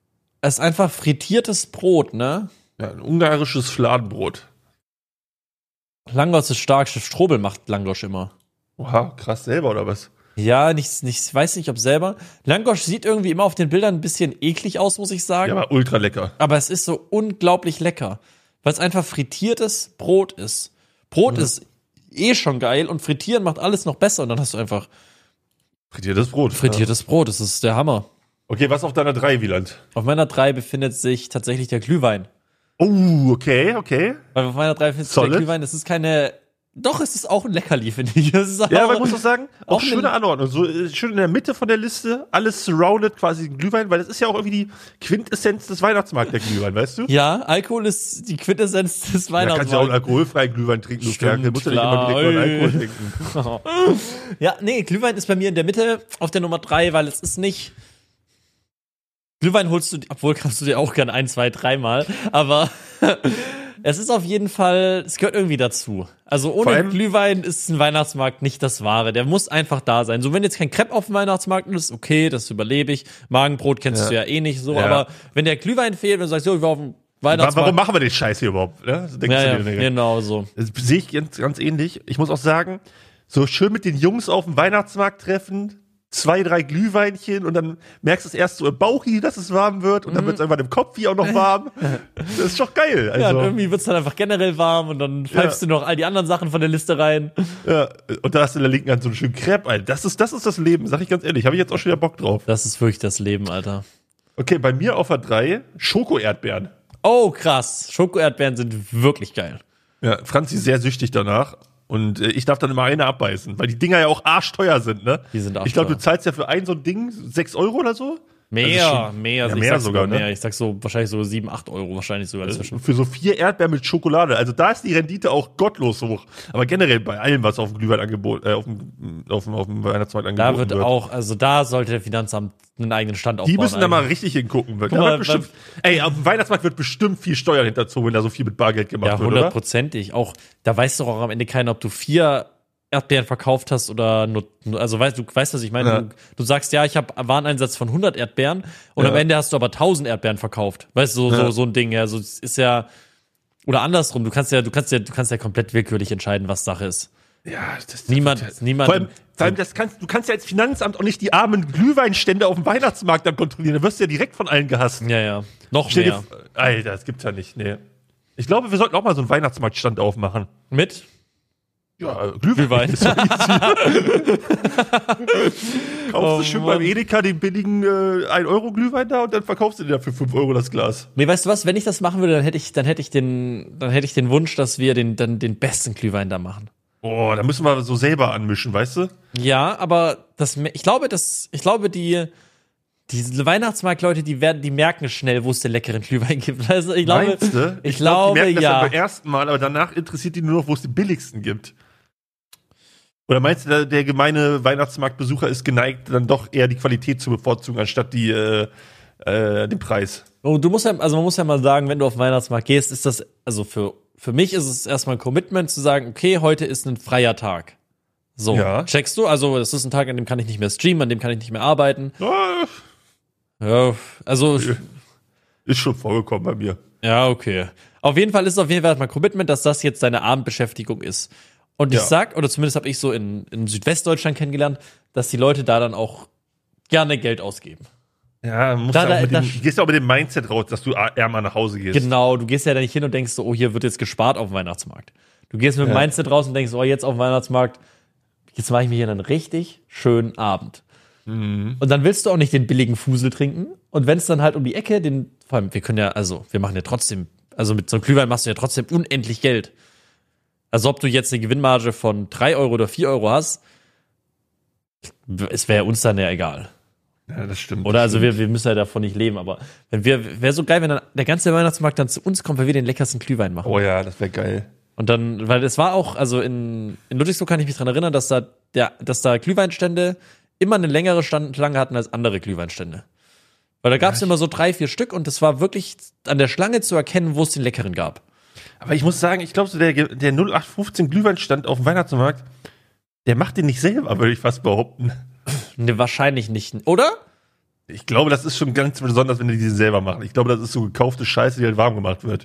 frittiertes Brot, ne? Ja, ein ungarisches Fladenbrot. Langosch ist stark. Strobel macht Langosch immer. Oha, krass, selber oder was? Ja, weiß nicht, ob selber. Langosch sieht irgendwie immer auf den Bildern ein bisschen eklig aus, muss ich sagen. Ja, aber ultra lecker. Aber es ist so unglaublich lecker, weil es einfach frittiertes Brot ist. Brot ist schon geil und frittieren macht alles noch besser und dann hast du einfach frittiertes Brot. Frittiertes Brot, das ist der Hammer. Okay, was auf deiner 3, Wieland? Auf meiner 3 befindet sich tatsächlich der Glühwein. Oh, okay. Weil auf meiner 3 befindet sich der Glühwein, das ist keine. Doch, es ist auch ein Leckerli, finde ich. Ja, aber ich muss auch sagen, auch schöne Anordnung. So schön in der Mitte von der Liste, alles surrounded, quasi Glühwein, weil das ist ja auch irgendwie die Quintessenz des Weihnachtsmarkts, der Glühwein, weißt du? Ja, Alkohol ist die Quintessenz des Weihnachtsmarkts. Da kannst du ja auch einen alkoholfreien Glühwein trinken, du Ferkel. Du musst ja nicht immer direkt nur Alkohol trinken. Ja, nee, Glühwein ist bei mir in der Mitte auf der Nummer 3, weil es ist nicht. Glühwein holst du, obwohl kannst du dir auch gern 1, 2, 3 Mal, aber es ist auf jeden Fall, es gehört irgendwie dazu. Also ohne Glühwein ist ein Weihnachtsmarkt nicht das Wahre. Der muss einfach da sein. So, wenn jetzt kein Crepe auf dem Weihnachtsmarkt ist, okay, das überlebe ich. Magenbrot kennst du ja eh nicht so, aber wenn der Glühwein fehlt, wenn du sagst, ich war auf dem Weihnachtsmarkt. Warum machen wir den Scheiß hier überhaupt? Ne? So denkst du dir, genau so. Das sehe ich ganz ähnlich. Ich muss auch sagen, so schön mit den Jungs auf dem Weihnachtsmarkt treffen, 2, 3 Glühweinchen und dann merkst du es erst so im Bauchi, dass es warm wird und dann wird es irgendwann im Kopf hier auch noch warm. Das ist doch geil. Also. Ja, und irgendwie wird es dann einfach generell warm und dann pfeifst du noch all die anderen Sachen von der Liste rein. Ja, und da hast du in der linken Hand so einen schönen Crepe, Alter. Das ist das Leben, sag ich ganz ehrlich. Habe ich jetzt auch schon wieder Bock drauf. Das ist wirklich das Leben, Alter. Okay, bei mir auf der 3 Schoko-Erdbeeren. Oh, krass. Schoko-Erdbeeren sind wirklich geil. Ja, Franzi ist sehr süchtig danach. Und ich darf dann immer eine abbeißen, weil die Dinger ja auch arschteuer sind, ne? Die sind arschteuer. Ich glaube, du zahlst ja für ein so ein Ding 6 € oder so. Mehr. Ja, mehr sogar, ne? Ich sag so, wahrscheinlich so 7, 8 € wahrscheinlich sogar inzwischen. Für so 4 Erdbeeren mit Schokolade. Also da ist die Rendite auch gottlos hoch. Aber generell bei allem, was auf dem Glühweinangebot, auf dem Weihnachtsmarkt angeboten wird. Da wird auch, also da sollte der Finanzamt einen eigenen Stand aufbauen. Die müssen da mal richtig hingucken. Auf dem Weihnachtsmarkt wird bestimmt viel Steuern hinterzogen, wenn da so viel mit Bargeld gemacht wird, Ja, 100%. Auch, da weißt du auch am Ende keiner, ob du 4 Erdbeeren verkauft hast oder nur, also weißt du, was ich meine? Ja. Du sagst, ja, ich habe Wareneinsatz von 100 Erdbeeren und am Ende hast du aber 1000 Erdbeeren verkauft. Weißt du, so ein Ding, ja, so ist ja, oder andersrum, du kannst ja komplett willkürlich entscheiden, was Sache ist. Ja, das niemand. Vor allem du kannst ja als Finanzamt auch nicht die armen Glühweinstände auf dem Weihnachtsmarkt dann kontrollieren. Da wirst du ja direkt von allen gehasst. Ja. Noch mehr. Alter, das gibt's ja nicht, nee. Ich glaube, wir sollten auch mal so einen Weihnachtsmarktstand aufmachen. Mit? Ja, Glühwein. Kaufst du schön beim Edeka den billigen 1 € Glühwein da und dann verkaufst du dir für 5 € das Glas. Nee, weißt du was, wenn ich das machen würde, dann hätte ich den Wunsch, dass wir den besten Glühwein da machen. Oh, da müssen wir so selber anmischen, weißt du? Ja, aber ich glaube, diese Weihnachtsmarktleute, die merken schnell, wo es den leckeren Glühwein gibt. Also ich glaube, meinst du? Ich glaube, die merken das ja beim ersten Mal, aber danach interessiert die nur noch, wo es den billigsten gibt. Oder meinst du, der gemeine Weihnachtsmarktbesucher ist geneigt, dann doch eher die Qualität zu bevorzugen, anstatt den Preis? Oh, man muss ja mal sagen, wenn du auf den Weihnachtsmarkt gehst, ist das, also für mich ist es erstmal ein Commitment zu sagen, okay, heute ist ein freier Tag. So, ja. Checkst du? Also, es ist ein Tag, an dem kann ich nicht mehr streamen, an dem kann ich nicht mehr arbeiten. Ja, also. Ist schon vorgekommen bei mir. Ja, okay. Auf jeden Fall ist es mein Commitment, dass das jetzt deine Abendbeschäftigung ist. Und ich sag, oder zumindest habe ich so in Südwestdeutschland kennengelernt, dass die Leute da dann auch gerne Geld ausgeben. Ja, du gehst ja auch mit dem Mindset raus, dass du ärmer nach Hause gehst. Genau, du gehst ja da nicht hin und denkst so, oh, hier wird jetzt gespart auf dem Weihnachtsmarkt. Du gehst mit dem Mindset raus und denkst, oh, jetzt auf dem Weihnachtsmarkt, jetzt mache ich mir hier einen richtig schönen Abend. Mhm. Und dann willst du auch nicht den billigen Fusel trinken. Und wenn es dann halt um die Ecke, vor allem, wir machen ja trotzdem, also mit so einem Glühwein machst du ja trotzdem unendlich Geld. Also ob du jetzt eine Gewinnmarge von 3 € oder 4 € hast, es wäre uns dann ja egal. Ja, das stimmt. Oder also wir müssen ja davon nicht leben, aber wäre so geil, wenn dann der ganze Weihnachtsmarkt dann zu uns kommt, weil wir den leckersten Glühwein machen. Oh ja, das wäre geil. Und dann, weil es war auch, also in Ludwigsburg kann ich mich dran erinnern, dass da Glühweinstände immer eine längere Schlange hatten als andere Glühweinstände. Weil da gab es immer so 3, 4 Stück und es war wirklich an der Schlange zu erkennen, wo es den leckeren gab. Aber ich muss sagen, ich glaube, so der 0815 Glühweinstand auf dem Weihnachtsmarkt, der macht den nicht selber, würde ich fast behaupten. Ne, wahrscheinlich nicht, oder? Ich glaube, das ist schon ganz besonders, wenn die selber machen. Ich glaube, das ist so gekaufte Scheiße, die halt warm gemacht wird.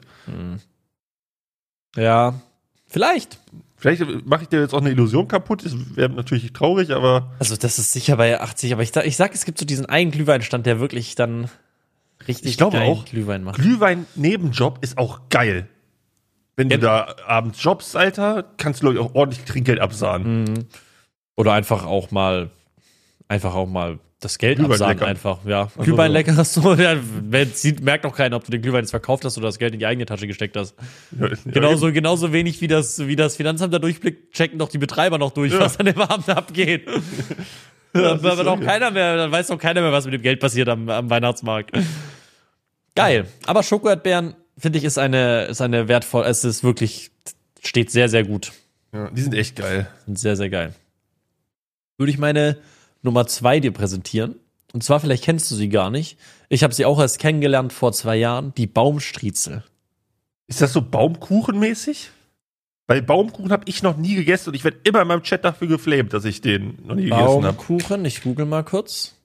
Ja, vielleicht. Vielleicht mache ich dir jetzt auch eine Illusion kaputt. Das wäre natürlich traurig, aber. Also, das ist sicher bei 80, aber ich sag, es gibt so diesen einen Glühweinstand, der wirklich dann richtig geil Glühwein macht. Glühwein-Nebenjob ist auch geil. Wenn du da abends jobbst, Alter, kannst du, glaube ich, auch ordentlich Trinkgeld absahnen. Mhm. Oder einfach auch mal das Geld absahnen einfach, ja. Glühwein leckeres so, merkt auch keiner, ob du den Glühwein jetzt verkauft hast oder das Geld in die eigene Tasche gesteckt hast. Ja, genauso wenig wie das Finanzamt da durchblickt, checken doch die Betreiber noch durch, was an dem Abend abgeht. Dann weiß doch keiner mehr, was mit dem Geld passiert am Weihnachtsmarkt. Geil. Aber Schokoerdbeeren, finde ich, ist eine wertvoll, es ist wirklich, steht sehr, sehr gut. Ja, die sind echt geil. Sind sehr, sehr geil. Würde ich meine Nummer 2 dir präsentieren. Und zwar, vielleicht kennst du sie gar nicht. Ich habe sie auch erst kennengelernt vor 2 Jahren. Die Baumstriezel. Ist das so Baumkuchenmäßig? Weil Baumkuchen habe ich noch nie gegessen und ich werde immer in meinem Chat dafür geflamed, dass ich den noch nie gegessen habe. Baumkuchen, ich google mal kurz.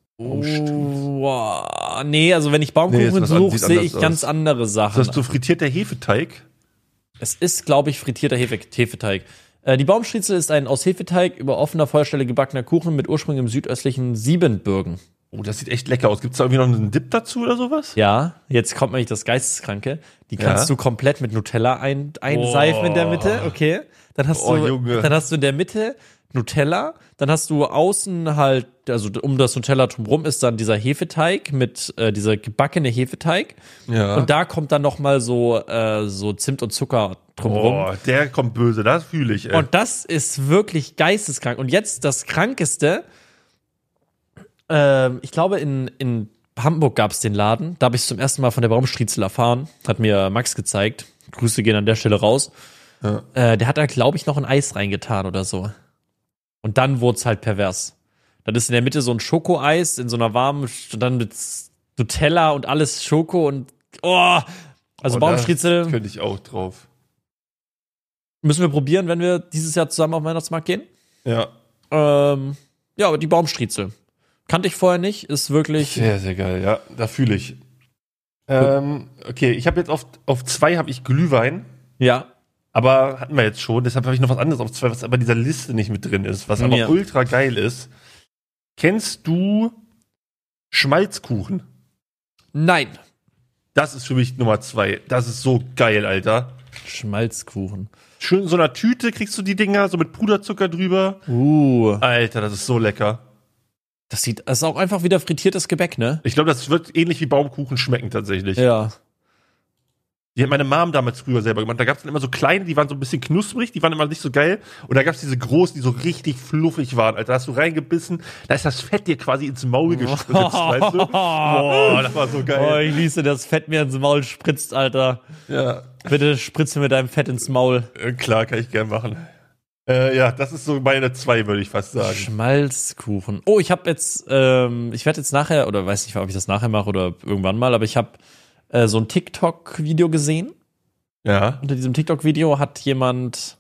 Nee, also wenn ich Baumkuchen suche, sehe ich ganz andere Sachen. Ist das so frittierter Hefeteig? Es ist, glaube ich, frittierter Hefeteig. Die Baumstriezel ist ein aus Hefeteig über offener Feuerstelle gebackener Kuchen mit Ursprung im südöstlichen Siebenbürgen. Oh, das sieht echt lecker aus. Gibt es da irgendwie noch einen Dip dazu oder sowas? Ja, jetzt kommt nämlich das Geisteskranke. Die kannst du komplett mit Nutella einseifen in der Mitte, okay? Dann hast du in der Mitte Nutella, dann hast du außen halt, also um das Nutella drumherum ist dann dieser Hefeteig mit dieser gebackene Hefeteig. Ja. Und da kommt dann noch mal so Zimt und Zucker drumherum. Oh, der kommt böse, das fühle ich, ey. Und das ist wirklich geisteskrank. Und jetzt das Krankeste, ich glaube in Hamburg gab es den Laden, da habe ich es zum ersten Mal von der Baumstriezel erfahren, hat mir Max gezeigt. Grüße gehen an der Stelle raus. Ja. Der hat da, glaube ich, noch ein Eis reingetan oder so. Und dann wurde es halt pervers. Dann ist in der Mitte so ein Schokoeis in so einer warmen, dann mit Nutella und alles Schoko und Baumstriezel. Da könnte ich auch drauf. Müssen wir probieren, wenn wir dieses Jahr zusammen auf den Weihnachtsmarkt gehen? Ja. Aber die Baumstriezel. Kannte ich vorher nicht, ist wirklich... Sehr, sehr geil, ja, da fühle ich. Okay, ich habe jetzt auf 2 habe ich Glühwein. Ja. Aber hatten wir jetzt schon, deshalb habe ich noch was anderes auf 2, was aber in dieser Liste nicht mit drin ist, was aber ultra geil ist. Kennst du Schmalzkuchen? Nein. Das ist für mich Nummer 2. Das ist so geil, Alter. Schmalzkuchen. Schön in so einer Tüte kriegst du die Dinger, so mit Puderzucker drüber. Alter, das ist so lecker. Das ist auch einfach wieder frittiertes Gebäck, ne? Ich glaube, das wird ähnlich wie Baumkuchen schmecken tatsächlich. Ja. Die hat meine Mom damals früher selber gemacht. Da gab es dann immer so kleine, die waren so ein bisschen knusprig, die waren immer nicht so geil. Und da gab es diese großen, die so richtig fluffig waren. Alter, da hast du reingebissen, da ist das Fett dir quasi ins Maul gespritzt, weißt du? Boah, das war so geil. Oh, ich ließe das Fett mir ins Maul spritzt, Alter. Ja. Bitte spritze mir deinem Fett ins Maul. Klar, kann ich gern machen. Ja, das ist so meine 2, würde ich fast sagen. Schmalzkuchen. Oh, ich habe jetzt, ich werde jetzt nachher, oder weiß nicht, ob ich das nachher mache oder irgendwann mal, aber ich habe so ein TikTok-Video gesehen. Ja. Unter diesem TikTok-Video hat jemand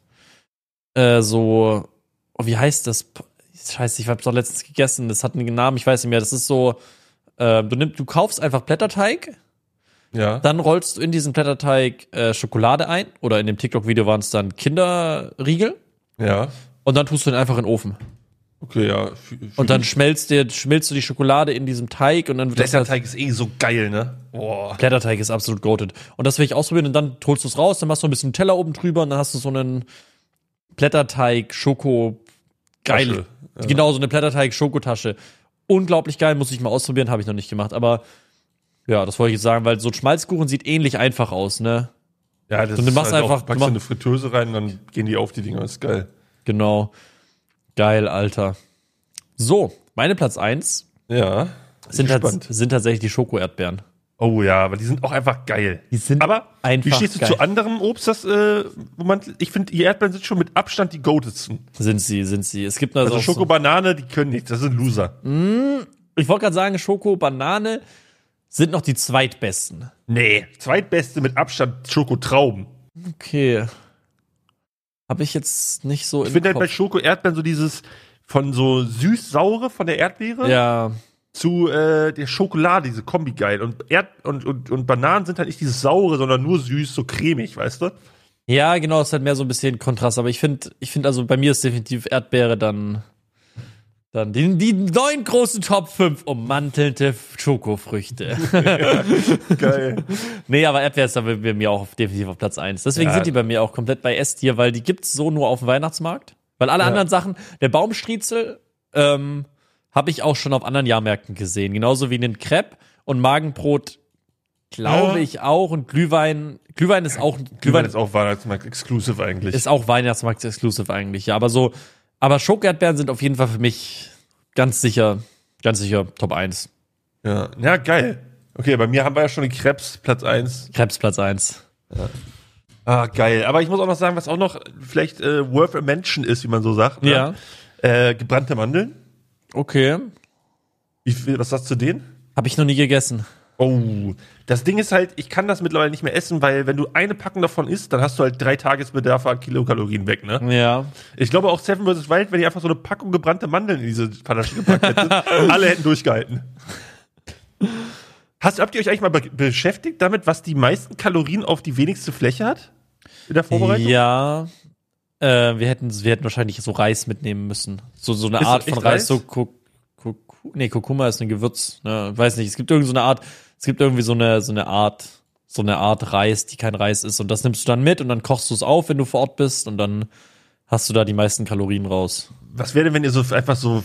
wie heißt das? Scheiße, ich habe es doch letztens gegessen. Das hat einen Namen, ich weiß nicht mehr. Das ist so, du kaufst einfach Blätterteig. Ja. Dann rollst du in diesen Blätterteig Schokolade ein. Oder in dem TikTok-Video waren es dann Kinderriegel. Ja. Und dann tust du den einfach in den Ofen. Okay, ja. Und dann schmilzt du die Schokolade in diesem Teig und dann wird Blätterteig ist so geil, ne? Boah. Blätterteig ist absolut goated. Und das will ich ausprobieren und dann holst du es raus, dann machst du ein bisschen Teller oben drüber und dann hast du so einen Blätterteig-Schoko geil. Ja. Genau, so eine Blätterteig-Schokotasche. Unglaublich geil, muss ich mal ausprobieren, habe ich noch nicht gemacht. Aber ja, das wollte ich jetzt sagen, weil so ein Schmalzkuchen sieht ähnlich einfach aus, ne? Ja, das ist halt einfach, packst du eine Fritteuse rein, dann gehen die auf, die Dinger, das ist geil. Genau. Geil, Alter. So, meine Platz 1 sind tatsächlich die Schoko-Erdbeeren. Oh ja, aber die sind auch einfach geil. Die sind aber einfach wie stehst du zu anderem Obst, ich finde, die Erdbeeren sind schon mit Abstand die goatesten. Sind sie. Es gibt also Schoko, Banane, die können nichts, das sind Loser. Ich wollte gerade sagen, Schoko, Banane sind noch die zweitbesten. Nee, zweitbeste mit Abstand Schokotrauben. Okay. Habe ich jetzt nicht so Ich finde halt bei Schoko-Erdbeeren so dieses von so süß-saure von der Erdbeere zu der Schokolade, diese Kombi geil. Und Bananen sind halt nicht dieses saure, sondern nur süß, so cremig, weißt du? Ja, genau, ist halt mehr so ein bisschen Kontrast. Aber ich finde, also bei mir ist definitiv Erdbeere dann die 9 großen Top 5 ummantelte Schokofrüchte. Ja, geil. Nee, aber Erdbeere ist da bei mir auch definitiv auf Platz 1. Deswegen sind die bei mir auch komplett bei S-Tier, weil die gibt's so nur auf dem Weihnachtsmarkt. Weil alle anderen Sachen, der Baumstriezel, habe ich auch schon auf anderen Jahrmärkten gesehen. Genauso wie den Crepe und Magenbrot, glaube ich auch. Und Glühwein ist auch Weihnachtsmarkt-exclusive eigentlich. Ist auch Weihnachtsmarkt-exclusive eigentlich, ja. Aber Schoko-Erdbeeren sind auf jeden Fall für mich ganz sicher Top 1. Ja, geil. Okay, bei mir haben wir ja schon die Krebs Platz 1. Krebs Platz 1. Ja. Ah, geil. Aber ich muss auch noch sagen, was auch noch vielleicht worth a mention ist, wie man so sagt. Ja. Gebrannte Mandeln. Okay. Was sagst du zu denen? Habe ich noch nie gegessen. Oh, das Ding ist halt, ich kann das mittlerweile nicht mehr essen, weil wenn du eine Packung davon isst, dann hast du halt 3 Tagesbedarf an Kilokalorien weg, ne? Ja. Ich glaube auch Seven vs. Wild, wenn die einfach so eine Packung gebrannte Mandeln in diese Panache gepackt hätten, alle hätten durchgehalten. Habt ihr euch eigentlich mal beschäftigt damit, was die meisten Kalorien auf die wenigste Fläche hat? In der Vorbereitung? Ja. Wir hätten wahrscheinlich so Reis mitnehmen müssen. So eine Art von Reis, so Kurkuma ist ein Gewürz, ne? Weiß nicht, es gibt irgendwie so eine Art Reis, die kein Reis ist und das nimmst du dann mit und dann kochst du es auf, wenn du vor Ort bist und dann hast du da die meisten Kalorien raus. Was wäre denn, wenn ihr so einfach so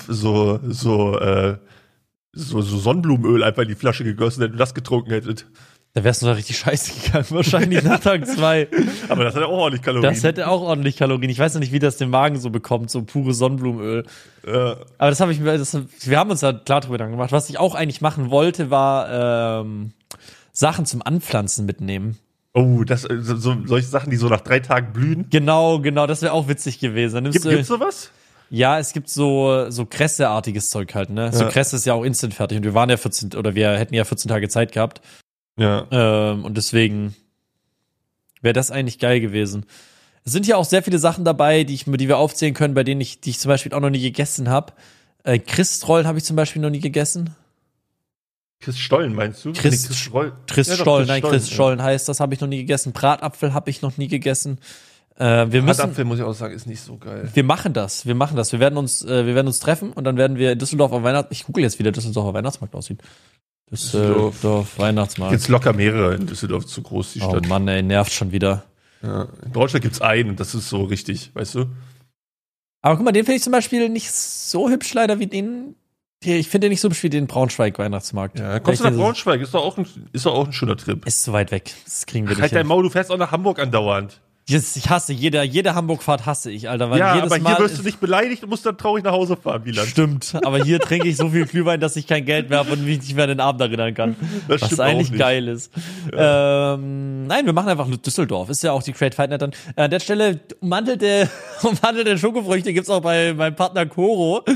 Sonnenblumenöl einfach in die Flasche gegossen hättet und das getrunken hättet? Da wär's noch richtig scheiße gegangen, wahrscheinlich nach Tag 2. Aber das hätte auch ordentlich Kalorien. Das hätte auch ordentlich Kalorien. Ich weiß noch nicht, wie das den Magen so bekommt, so pure Sonnenblumenöl. Aber wir haben uns da klar drüber gemacht. Was ich auch eigentlich machen wollte, war Sachen zum Anpflanzen mitnehmen. Oh, solche Sachen, die so nach 3 Tagen blühen? Genau, das wäre auch witzig gewesen. Gibt's sowas? Ja, es gibt so Kresse-artiges Zeug halt, ne? So Kresse ist ja auch instant fertig und wir hätten ja 14 Tage Zeit gehabt. Ja. Und deswegen wäre das eigentlich geil gewesen. Es sind ja auch sehr viele Sachen dabei, die wir aufzählen können, die ich zum Beispiel auch noch nie gegessen habe. Christrollen habe ich zum Beispiel noch nie gegessen. Christstollen meinst du? Christstollen heißt, das habe ich noch nie gegessen. Bratapfel habe ich noch nie gegessen. Bratapfel, muss ich auch sagen, ist nicht so geil. Wir machen das. Wir werden uns treffen und dann werden wir in Düsseldorf auf Weihnachtsmarkt. Ich google jetzt, wie der Düsseldorfer Weihnachtsmarkt aussieht. Düsseldorf Weihnachtsmarkt. Jetzt locker mehrere in Düsseldorf, zu groß die Stadt. Oh Mann, ey, nervt schon wieder. Ja, in Deutschland gibt's einen und das ist so richtig, weißt du? Aber guck mal, den finde ich zum Beispiel nicht so hübsch leider wie den. Ich finde den nicht so hübsch wie den Braunschweig-Weihnachtsmarkt. Ja, kommst du nach Braunschweig? Ist doch auch ein schöner Trip. Ist zu weit weg. Das kriegen wir nicht hin. Halt dein Maul, du fährst auch nach Hamburg andauernd. Ich hasse jede Hamburg-Fahrt hasse ich, Alter. Weil ja, jedes aber Mal hier wirst du nicht beleidigt und musst dann traurig nach Hause fahren, Wieland. Stimmt, aber hier trinke ich so viel Glühwein, dass ich kein Geld mehr habe und mich nicht mehr an den Abend erinnern kann. Das was eigentlich geil ist. Ja. Nein, wir machen einfach Düsseldorf. Ist ja auch die Great Fight Night dann. An der Stelle ummantelte Schokofrüchte gibt's auch bei meinem Partner Koro.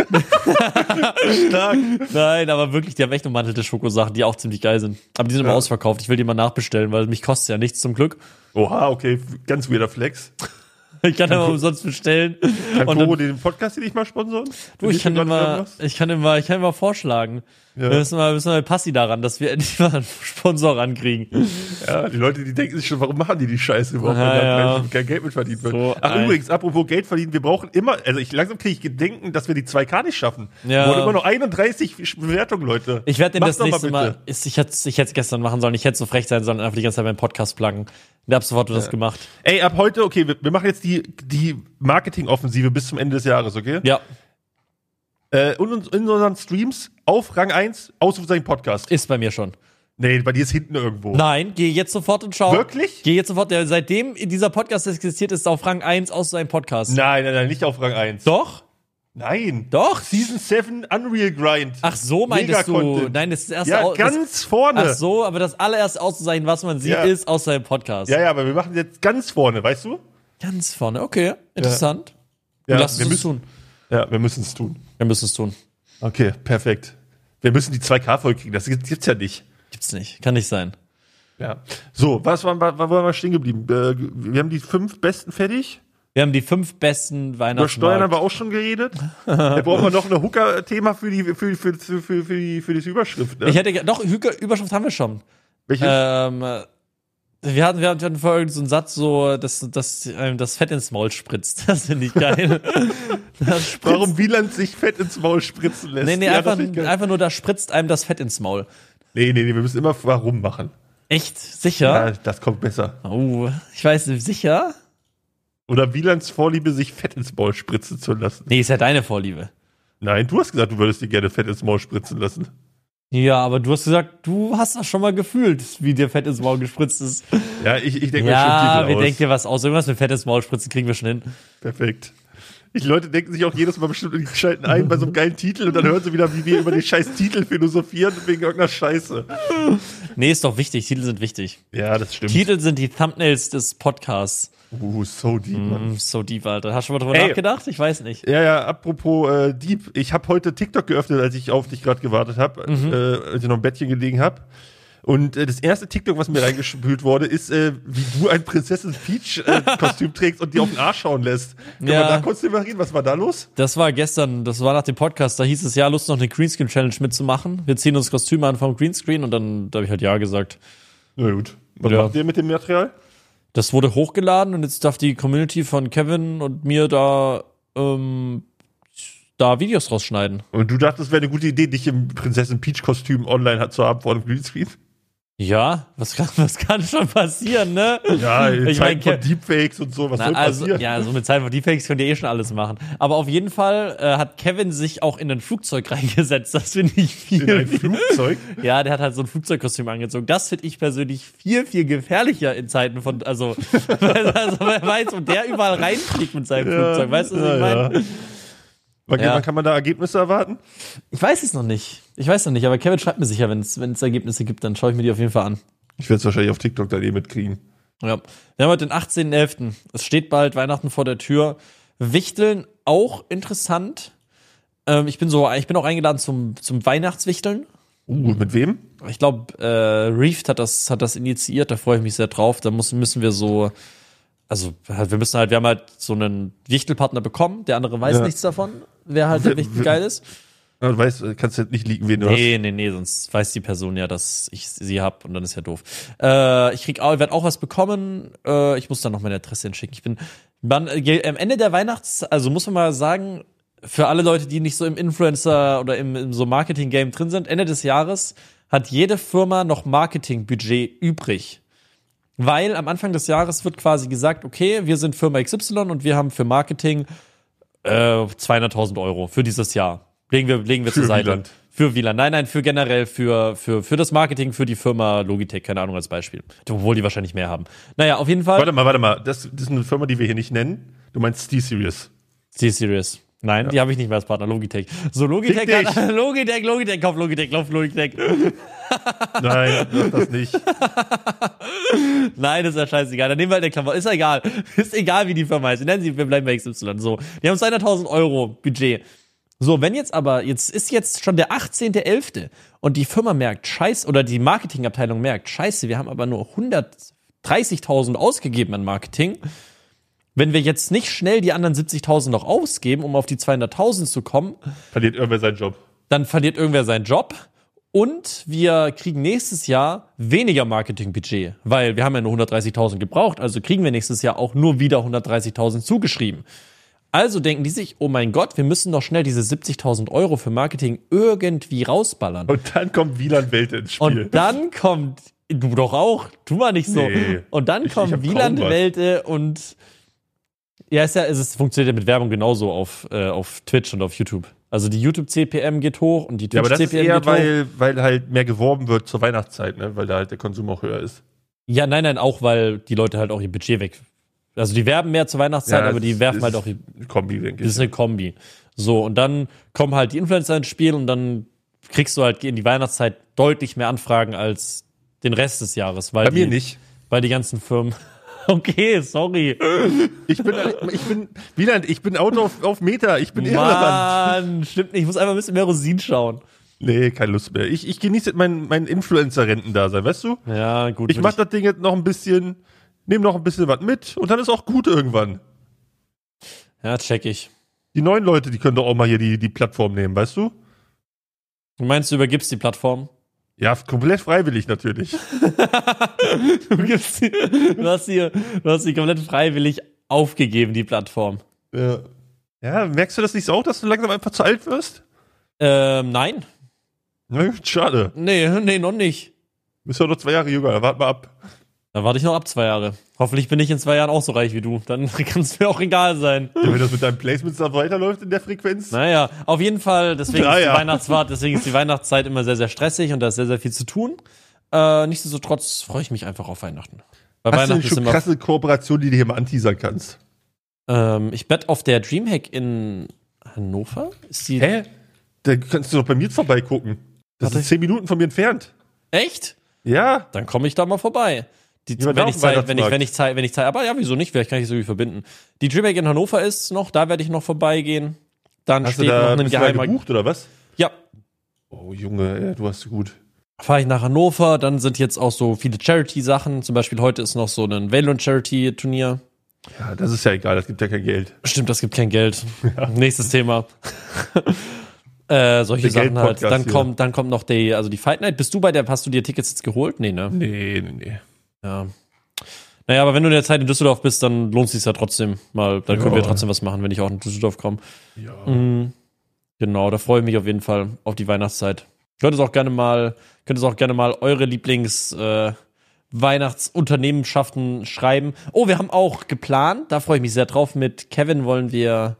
Stark. Nein, aber wirklich, die haben echt ummantelte Schokosachen, die auch ziemlich geil sind. Aber die sind immer ausverkauft. Ich will die mal nachbestellen, weil mich kostet ja nichts zum Glück. Oha, okay, ganz weirder Flex. Ich kann aber umsonst bestellen. Kann Koro den Podcast hier nicht mal sponsoren? Ich kann immer vorschlagen. Ja. Wir müssen mal mit Passi daran, dass wir endlich mal einen Sponsor rankriegen. Ja, die Leute, die denken sich schon, warum machen die Scheiße überhaupt, wenn da kein Geld mit verdient wird. So übrigens, apropos Geld verdienen, wir brauchen immer, langsam kriege ich Gedenken, dass wir die 2K nicht schaffen. Ja. Wir wollen immer noch 31 Bewertungen, Leute. Ich werde den das nächste Mal, ich hätte es gestern machen sollen, ich hätte so frech sein sollen, einfach die ganze Zeit meinen Podcast pluggen. Und ab sofort wird das gemacht. Ey, ab heute, okay, wir machen jetzt die Marketing-Offensive bis zum Ende des Jahres, okay? Ja. Und in unseren Streams auf Rang 1 Ausrufezeichen Podcast. Ist bei mir schon. Nee, bei dir ist hinten irgendwo. Nein, geh jetzt sofort und schau. Wirklich? Geh jetzt sofort. Seitdem dieser Podcast existiert, ist auf Rang 1 Ausrufezeichen Podcast. Nein, nicht auf Rang 1. Doch? Nein. Doch. Season 7 Unreal Grind. Ach so, meintest du? Nein, das ist das erste. Ja, ganz vorne. Ach so, aber das allererste Auszuzeichen, was man sieht, ist aus seinem Podcast. Ja, aber wir machen jetzt ganz vorne, weißt du? Ganz vorne, okay. Interessant. Ja, lass uns tun. Ja, wir müssen es tun. Okay, perfekt. Wir müssen die 2K voll kriegen. Das gibt's ja nicht. Gibt's nicht. Kann nicht sein. Ja. So, wo waren wir stehen geblieben? Wir haben die 5 besten fertig. Wir haben die 5 besten Weihnachtsmarkt. Über Steuern haben wir auch schon geredet. Da brauchen wir noch ein Hooker-Thema für die Überschrift. Ne? Überschrift haben wir schon. Welche? Wir hatten vorhin so einen Satz, so, dass das Fett ins Maul spritzt. Das finde ich geil. Warum Wieland sich Fett ins Maul spritzen lässt. Nee, einfach nur, da spritzt einem das Fett ins Maul. Nee, wir müssen immer warum machen. Echt? Sicher? Ja, das kommt besser. Oh, ich weiß nicht, sicher? Oder Wielands Vorliebe, sich Fett ins Maul spritzen zu lassen. Nee, ist ja deine Vorliebe. Nein, du hast gesagt, du würdest dir gerne Fett ins Maul spritzen lassen. Ja, aber du hast gesagt, du hast das schon mal gefühlt, wie dir Fett ins Maul gespritzt ist. Ja, ich denke mir schon Titel aus. Wir denken dir was aus. Irgendwas mit Fett ins Maul spritzen kriegen wir schon hin. Perfekt. Die Leute denken sich auch jedes Mal bestimmt, die schalten ein bei so einem geilen Titel und dann hören sie wieder, wie wir über den scheiß Titel philosophieren wegen irgendeiner Scheiße. Nee, ist doch wichtig. Titel sind wichtig. Ja, das stimmt. Titel sind die Thumbnails des Podcasts. So deep, Mann. So deep, Alter. Hast du schon mal drüber nachgedacht? Ich weiß nicht. Ja, apropos deep. Ich habe heute TikTok geöffnet, als ich auf dich gerade gewartet habe, als ich noch im Bettchen gelegen habe. Und das erste TikTok, was mir reingespült wurde, ist, wie du ein Prinzessin Peach-Kostüm trägst und die auf den Arsch schauen lässt. Können wir da kurz drüber reden? Was war da los? Das war gestern, das war nach dem Podcast, da hieß es, Lust noch eine Greenscreen-Challenge mitzumachen. Wir ziehen uns Kostüme an vom Greenscreen und dann da habe ich halt ja gesagt. Na gut. Was macht ihr mit dem Material? Das wurde hochgeladen und jetzt darf die Community von Kevin und mir da da Videos rausschneiden. Und du dachtest, es wäre eine gute Idee, dich im Prinzessin Peach-Kostüm online zu haben vor dem Greenscreen? Ja, was kann schon passieren, ne? Ja, in Zeiten von Deepfakes und so, was soll passieren? Ja, so mit Zeiten von Deepfakes könnt ihr eh schon alles machen. Aber auf jeden Fall hat Kevin sich auch in ein Flugzeug reingesetzt. Das finde ich viel. In ein Flugzeug? Ja, der hat halt so ein Flugzeugkostüm angezogen. Das finde ich persönlich viel, viel gefährlicher in Zeiten von, also wer weiß, wo der überall reinfliegt mit seinem Flugzeug. Weißt du, was ich meine? Wann kann man da Ergebnisse erwarten? Ich weiß es noch nicht. Aber Kevin schreibt mir sicher, wenn es Ergebnisse gibt, dann schaue ich mir die auf jeden Fall an. Ich werde es wahrscheinlich auf TikTok dann mitkriegen. Ja. Wir haben heute den 18.11. Es steht bald Weihnachten vor der Tür. Wichteln, auch interessant. Ich bin auch eingeladen zum Weihnachtswichteln. Mit wem? Ich glaube, Reeft hat das initiiert, da freue ich mich sehr drauf. Da müssen wir so, also wir haben halt so einen Wichtelpartner bekommen, der andere weiß nichts davon, wer halt richtig geil ist. Du weißt, kannst du nicht liegen, wen du hast. Nee, sonst weiß die Person ja, dass ich sie hab und dann ist ja doof. Ich werde auch was bekommen, ich muss dann noch meine Adresse hinschicken. Am Ende der also muss man mal sagen, für alle Leute, die nicht so im Influencer oder im so Marketing-Game drin sind, Ende des Jahres hat jede Firma noch Marketing-Budget übrig. Weil am Anfang des Jahres wird quasi gesagt, okay, wir sind Firma XY und wir haben für Marketing 200.000 Euro für dieses Jahr. Legen wir zur Seite. Wieland. Für Wieland. Nein, für generell, für das Marketing, für die Firma Logitech, keine Ahnung als Beispiel. Obwohl die wahrscheinlich mehr haben. Naja, auf jeden Fall. Warte mal. Das ist eine Firma, die wir hier nicht nennen. Du meinst SteelSeries. SteelSeries. Nein, die habe ich nicht mehr als Partner, Logitech. So, Logitech, kauf Logitech. Nein, mach das nicht. Nein, das ist ja scheißegal. Dann nehmen wir halt eine Klammer. Ist ja egal. Ist egal, wie die Firma heißt. Wir bleiben bei XY. So, die haben 200.000 Euro Budget. So, jetzt ist schon der 18.11. und die Firma merkt, scheiße, oder die Marketingabteilung merkt, scheiße, wir haben aber nur 130.000 ausgegeben an Marketing. Wenn wir jetzt nicht schnell die anderen 70.000 noch ausgeben, um auf die 200.000 zu kommen, verliert irgendwer seinen Job. Und wir kriegen nächstes Jahr weniger Marketingbudget, weil wir haben ja nur 130.000 gebraucht, also kriegen wir nächstes Jahr auch nur wieder 130.000 zugeschrieben. Also denken die sich, oh mein Gott, wir müssen doch schnell diese 70.000 Euro für Marketing irgendwie rausballern. Und dann kommt Wieland Welte ins Spiel. Und dann kommt, du doch auch, tu mal nicht so. Nee, und dann kommt Wieland Welte und es funktioniert ja mit Werbung genauso auf Twitch und auf YouTube. Also die YouTube-CPM geht hoch und die Twitch-CPM geht hoch. Weil halt mehr geworben wird zur Weihnachtszeit, ne? Weil da halt der Konsum auch höher ist. Ja, nein, auch weil die Leute halt auch ihr Budget weg. Also die werben mehr zur Weihnachtszeit, aber die werfen halt auch ihr Kombi, denke ich. Das ist eine Kombi. So, und dann kommen halt die Influencer ins Spiel und dann kriegst du halt in die Weihnachtszeit deutlich mehr Anfragen als den Rest des Jahres. Bei mir nicht. Weil die ganzen Firmen. Okay, sorry. Ich bin Auto auf Meter, ich bin irrelevant. Mann, stimmt nicht, ich muss einfach ein bisschen mehr Rosinen schauen. Nee, keine Lust mehr. Ich genieße mein Influencer-Rentendasein, weißt du? Ja, gut. Ich mach das Ding jetzt noch ein bisschen, nehme noch ein bisschen was mit und dann ist auch gut irgendwann. Ja, check ich. Die neuen Leute, die können doch auch mal hier die Plattform nehmen, weißt du? Du meinst, du übergibst die Plattform? Ja, komplett freiwillig natürlich. Du hast sie komplett freiwillig aufgegeben, die Plattform. Ja. Ja, merkst du das nicht so auch, dass du langsam einfach zu alt wirst? Nein. Schade. Nee, noch nicht. Du bist ja noch 2 Jahre jünger, warte mal ab. Dann warte ich noch ab 2 Jahre. Hoffentlich bin ich in 2 Jahren auch so reich wie du. Dann kann es mir auch egal sein. Ja, wenn das mit deinem Placements da weiterläuft in der Frequenz. Naja, auf jeden Fall, deswegen ist die Weihnachtszeit immer sehr, sehr stressig und da ist sehr, sehr viel zu tun. Nichtsdestotrotz freue ich mich einfach auf Weihnachten. Weil Hast Weihnachten du schon krasse Kooperation, die du hier mal anteasern kannst? Ich bette auf der Dreamhack in Hannover. Hä? Da kannst du doch bei mir vorbeigucken. Das ist 10 Minuten von mir entfernt. Echt? Ja. Dann komme ich da mal vorbei. Wenn ich Zeit, aber ja, wieso nicht? Vielleicht kann ich es irgendwie verbinden. Die Dreamhack in Hannover ist noch, da werde ich noch vorbeigehen. Dann Hast steht du da, noch ein geheimer. gebucht oder was? Ja. Oh Junge, ja, du hast gut. Fahre ich nach Hannover, dann sind jetzt auch so viele Charity-Sachen. Zum Beispiel heute ist noch so ein Valorant-Charity-Turnier. Ja, das ist ja egal, das gibt ja kein Geld. Stimmt, das gibt kein Geld. Ja. Nächstes Thema. Solche Sachen halt. Dann kommt noch die Fight Night. Hast du dir Tickets jetzt geholt? Nee, ne? Nee. Ja. Naja, aber wenn du in der Zeit in Düsseldorf bist, dann lohnt es sich ja trotzdem mal. Dann können wir trotzdem was machen, wenn ich auch in Düsseldorf komme. Ja. Genau, da freue ich mich auf jeden Fall auf die Weihnachtszeit. Könnt es auch gerne mal eure Weihnachtsunternehmenschaften schreiben. Oh, wir haben auch geplant, da freue ich mich sehr drauf. Mit Kevin wollen wir,